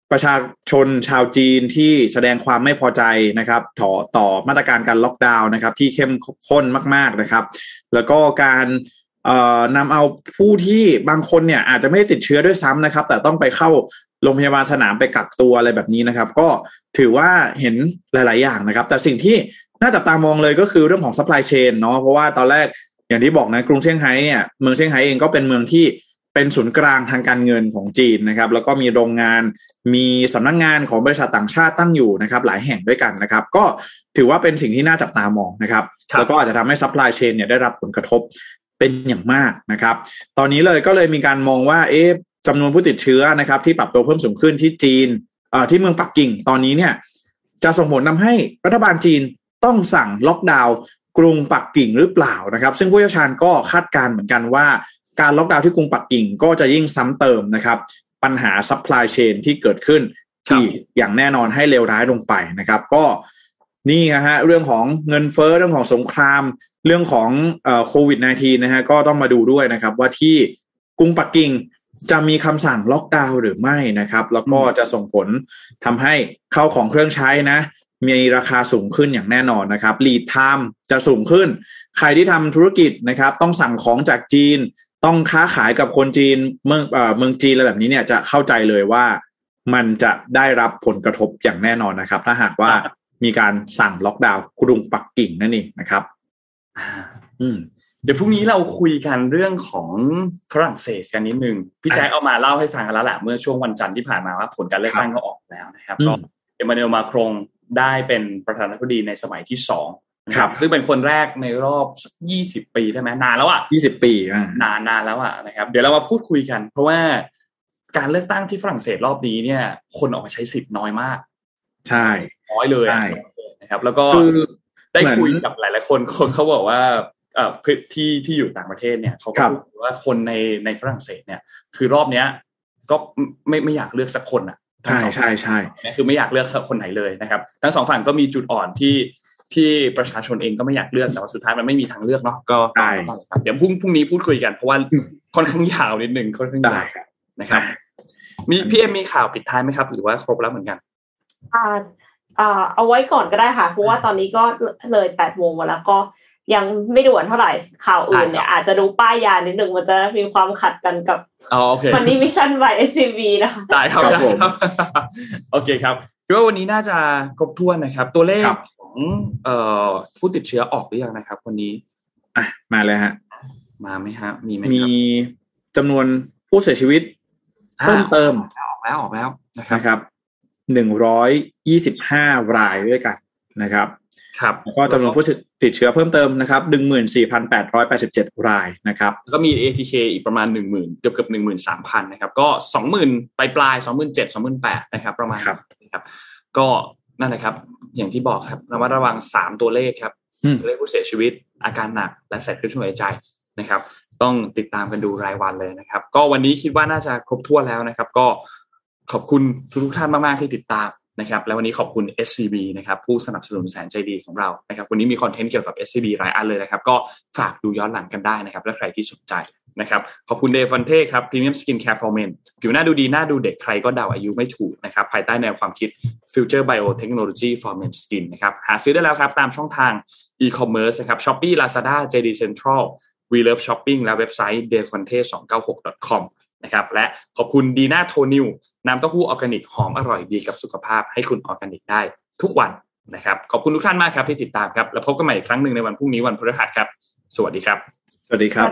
ประชาชนชาวจีนที่แสดงความไม่พอใจนะครับต่อต่อมาตรการการล็อกดาวน์นะครับที่เข้มข้นมากๆนะครับแล้วก็การเอ่อนำเอาผู้ที่บางคนเนี่ยอาจจะไม่ได้ติดเชื้อด้วยซ้ำนะครับแต่ต้องไปเข้าโรงพยาบาลสนามไปกักตัวอะไรแบบนี้นะครับก็ถือว่าเห็นหลายๆอย่างนะครับแต่สิ่งที่น่าจับตามองเลยก็คือเรื่องของ supply chain เนาะเพราะว่าตอนแรกอย่างที่บอกนะกรุงเซี่ยงไฮ้เนี่ยเมืองเซี่ยงไฮ้เองก็เป็นเมืองที่เป็นศูนย์กลางทางการเงินของจีนนะครับแล้วก็มีโรงงานมีสำนักงานของบริษัทต่างชาติตั้งอยู่นะครับหลายแห่งด้วยกันนะครับก็ถือว่าเป็นสิ่งที่น่าจับตามองนะครับแล้วก็อาจจะทำให้ supply chain เนี่ยได้รับผลกระทบเป็นอย่างมากนะครับตอนนี้เลยก็เลยมีการมองว่าเอ๊ะจำนวนผู้ติดเชื้อนะครับที่ปรับตัวเพิ่มสูงขึ้นที่จีนเอ่อที่เมืองปักกิ่งตอนนี้เนี่ยจะส่งผลทำให้รัฐบาลจีนต้องสั่งล็อกดาวน์กรุงปักกิ่งหรือเปล่านะครับซึ่งผู้เชี่ยวชาญก็คาดการณ์เหมือนกันว่าการล็อกดาวน์ที่กรุงปักกิ่งก็จะยิ่งซ้ำเติมนะครับปัญหา supply chain ที่เกิดขึ้นที่อย่างแน่นอนให้เลวร้ายลงไปนะครับก็นี่นะฮะเรื่องของเงินเฟ้อเรื่องของสงครามเรื่องของเอ่อโควิด สิบเก้า นะฮะก็ต้องมาดูด้วยนะครับว่าที่กรุงปักกิ่งจะมีคำสั่งล็อกดาวน์หรือไม่นะครับแล้วก็จะส่งผลทำให้เข้าของเครื่องใช้นะมีราคาสูงขึ้นอย่างแน่นอนนะครับ lead time จะสูงขึ้นใครที่ทำธุรกิจนะครับต้องสั่งของจากจีนต้องค้าขายกับคนจีนเมืองเอ่อเมืองจีนอะไรแบบนี้เนี่ยจะเข้าใจเลยว่ามันจะได้รับผลกระทบอย่างแน่นอนนะครับถ้าหากว่ามีการสั่งล็อกดาวน์กรุงปักกิ่งนั่นเองนะครับอืมเดี๋ยวพรุ่งนี้เราคุยกันเรื่องของฝรั่งเศสกันนิดนึงพี่แจ๊คเอามาเล่าให้ฟังกันแล้วแหละเมื่อช่วงวันจันทร์ที่ผ่านมาว่าผลการเลือกตั้งก็ออกแล้วนะครับก็เอมมานูเอล มาครงได้เป็นประธานาธิบดีในสมัยที่สองครับซึ่งเป็นคนแรกในรอบยี่สิบปีได้ไหมนานแล้วอ่ะยี่สิบปีอ่ะนานนานแล้วอ่ะนะครับเดี๋ยวเรามาพูดคุยกันเพราะว่าการเลือกตั้งที่ฝรั่งเศสรอบนี้เนี่ยคนออกมาใช้สิทธิ์น้อยมากใช่น้อยเลยนะครับแล้วก็ได้คุยกับหลายๆคนคนเขาบอกว่าเอ่อที่ที่อยู่ต่างประเทศเนี่ยเขาก็พูดว่าคนในในฝรั่งเศสเนี่ยคือรอบเนี้ยก็ไม่ไม่อยากเลือกสักคนอ่ะใช่ใช่ใช่คือไม่อยากเลือกคนไหนเลยนะครับทั้งสองฝั่งก็มีจุดอ่อนที่ที่ประชาชนเองก็ไม่อยากเลือกแต่ว่าสุดท้ายมันไม่มีทางเลือกเนาะก็ได้ครับเดี๋ยวพรุ่งพรุ่งนี้พูดคุยกันเพราะว่าค่อนข้างยาวนิดนึงค่อนข้างยาวนะครับมีพี่เอ็มมีข่าวปิดท้ายไหมครับหรือว่าครบแล้วเหมือนกันอ่าอ่าเอาไว้ก่อนก็ได้ค่ะเพราะว่าตอนนี้ก็เลยแปดโมงมาแล้วก็ยังไม่ด่วนเท่าไหร่ข่าวอื่นเนี่ยอาจจะดูป้ายยานิดนึงมันจะมีความขัดกันกับอ๋อโอเคมันนี่มิชชั่น by เอส ซี บี นะคะได้ครับครับโอเคครับคิดว่าวันนี้น่าจะครบถ้วนนะครับตัวเลขของเอ่อผู้ติดเชื้อออกหรือยังนะครับวันนี้อ่ะมาเลยฮะมาไหมฮะมีไหมมีจำนวนผู้เสียชีวิตเพิ่มเติมออกแล้วออกแล้วนะครับหนึ่งร้อยยี่สิบห้ารายด้วยกันนะครับครับแล้วก็จำนวนผู้ติดเชื้อเพิ่มเติมนะครับ หนึ่งหมื่นสี่พันแปดร้อยแปดสิบเจ็ด รายนะครับแล้วก็มี เอ ที เค อีกประมาณ หนึ่งหมื่น เกือบๆ หนึ่งหมื่นสามพัน นะครับก็ สองหมื่น ปลายๆ สองหมื่นเจ็ดพัน สองหมื่นแปดพัน นะครับประมาณนะครับก็นั่นแหละครับอย่างที่บอกครับระมัดระวังสามตัวเลขครับตัวเลขผู้เสียชีวิตอาการหนักและเสร็จเครื่องช่วยหายใจนะครับต้องติดตามกันดูรายวันเลยนะครับก็วันนี้คิดว่าน่าจะครบถ้วนแล้วนะครับก็ขอบคุณทุกท่านมากๆที่ติดตามนะครับแล้ววันนี้ขอบคุณ เอส ซี บี นะครับผู้สนับสนุนแสนใจดีของเรานะครับวันนี้มีคอนเทนต์เกี่ยวกับ เอส ซี บี หลายอันเลยนะครับก็ฝากดูย้อนหลังกันได้นะครับและใครที่สนใจนะครับขอบคุณเดฟันเท่ครับ Premium Skin Care for Men ผิวหน้าดูดีหน้าดูเด็กใครก็เดาอายุไม่ถูกนะครับภายใต้แนวความคิด Future Biotechnology for Men Skin นะครับหาซื้อได้แล้วครับตามช่องทาง e-commerce นะครับ Shopee Lazada เจ ดี Central We Love Shopping และเว็บไซต์ เดฟันเท่ สองเก้าหก ดอท คอม นะครับและขอบคุณดีน่าโทนิวน้ำเต้าหู้ออร์แกนิกหอมอร่อยดีกับสุขภาพให้คุณออร์แกนิกได้ทุกวันนะครับขอบคุณทุกท่านมากครับที่ติดตามครับแล้วพบกันใหม่อีกครั้งหนึ่งในวันพรุ่งนี้วันพฤหัสครับสวัสดีครับสวัสดีครับ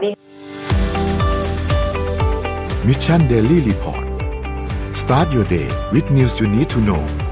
Mission Daily Report Start your day with news you need to know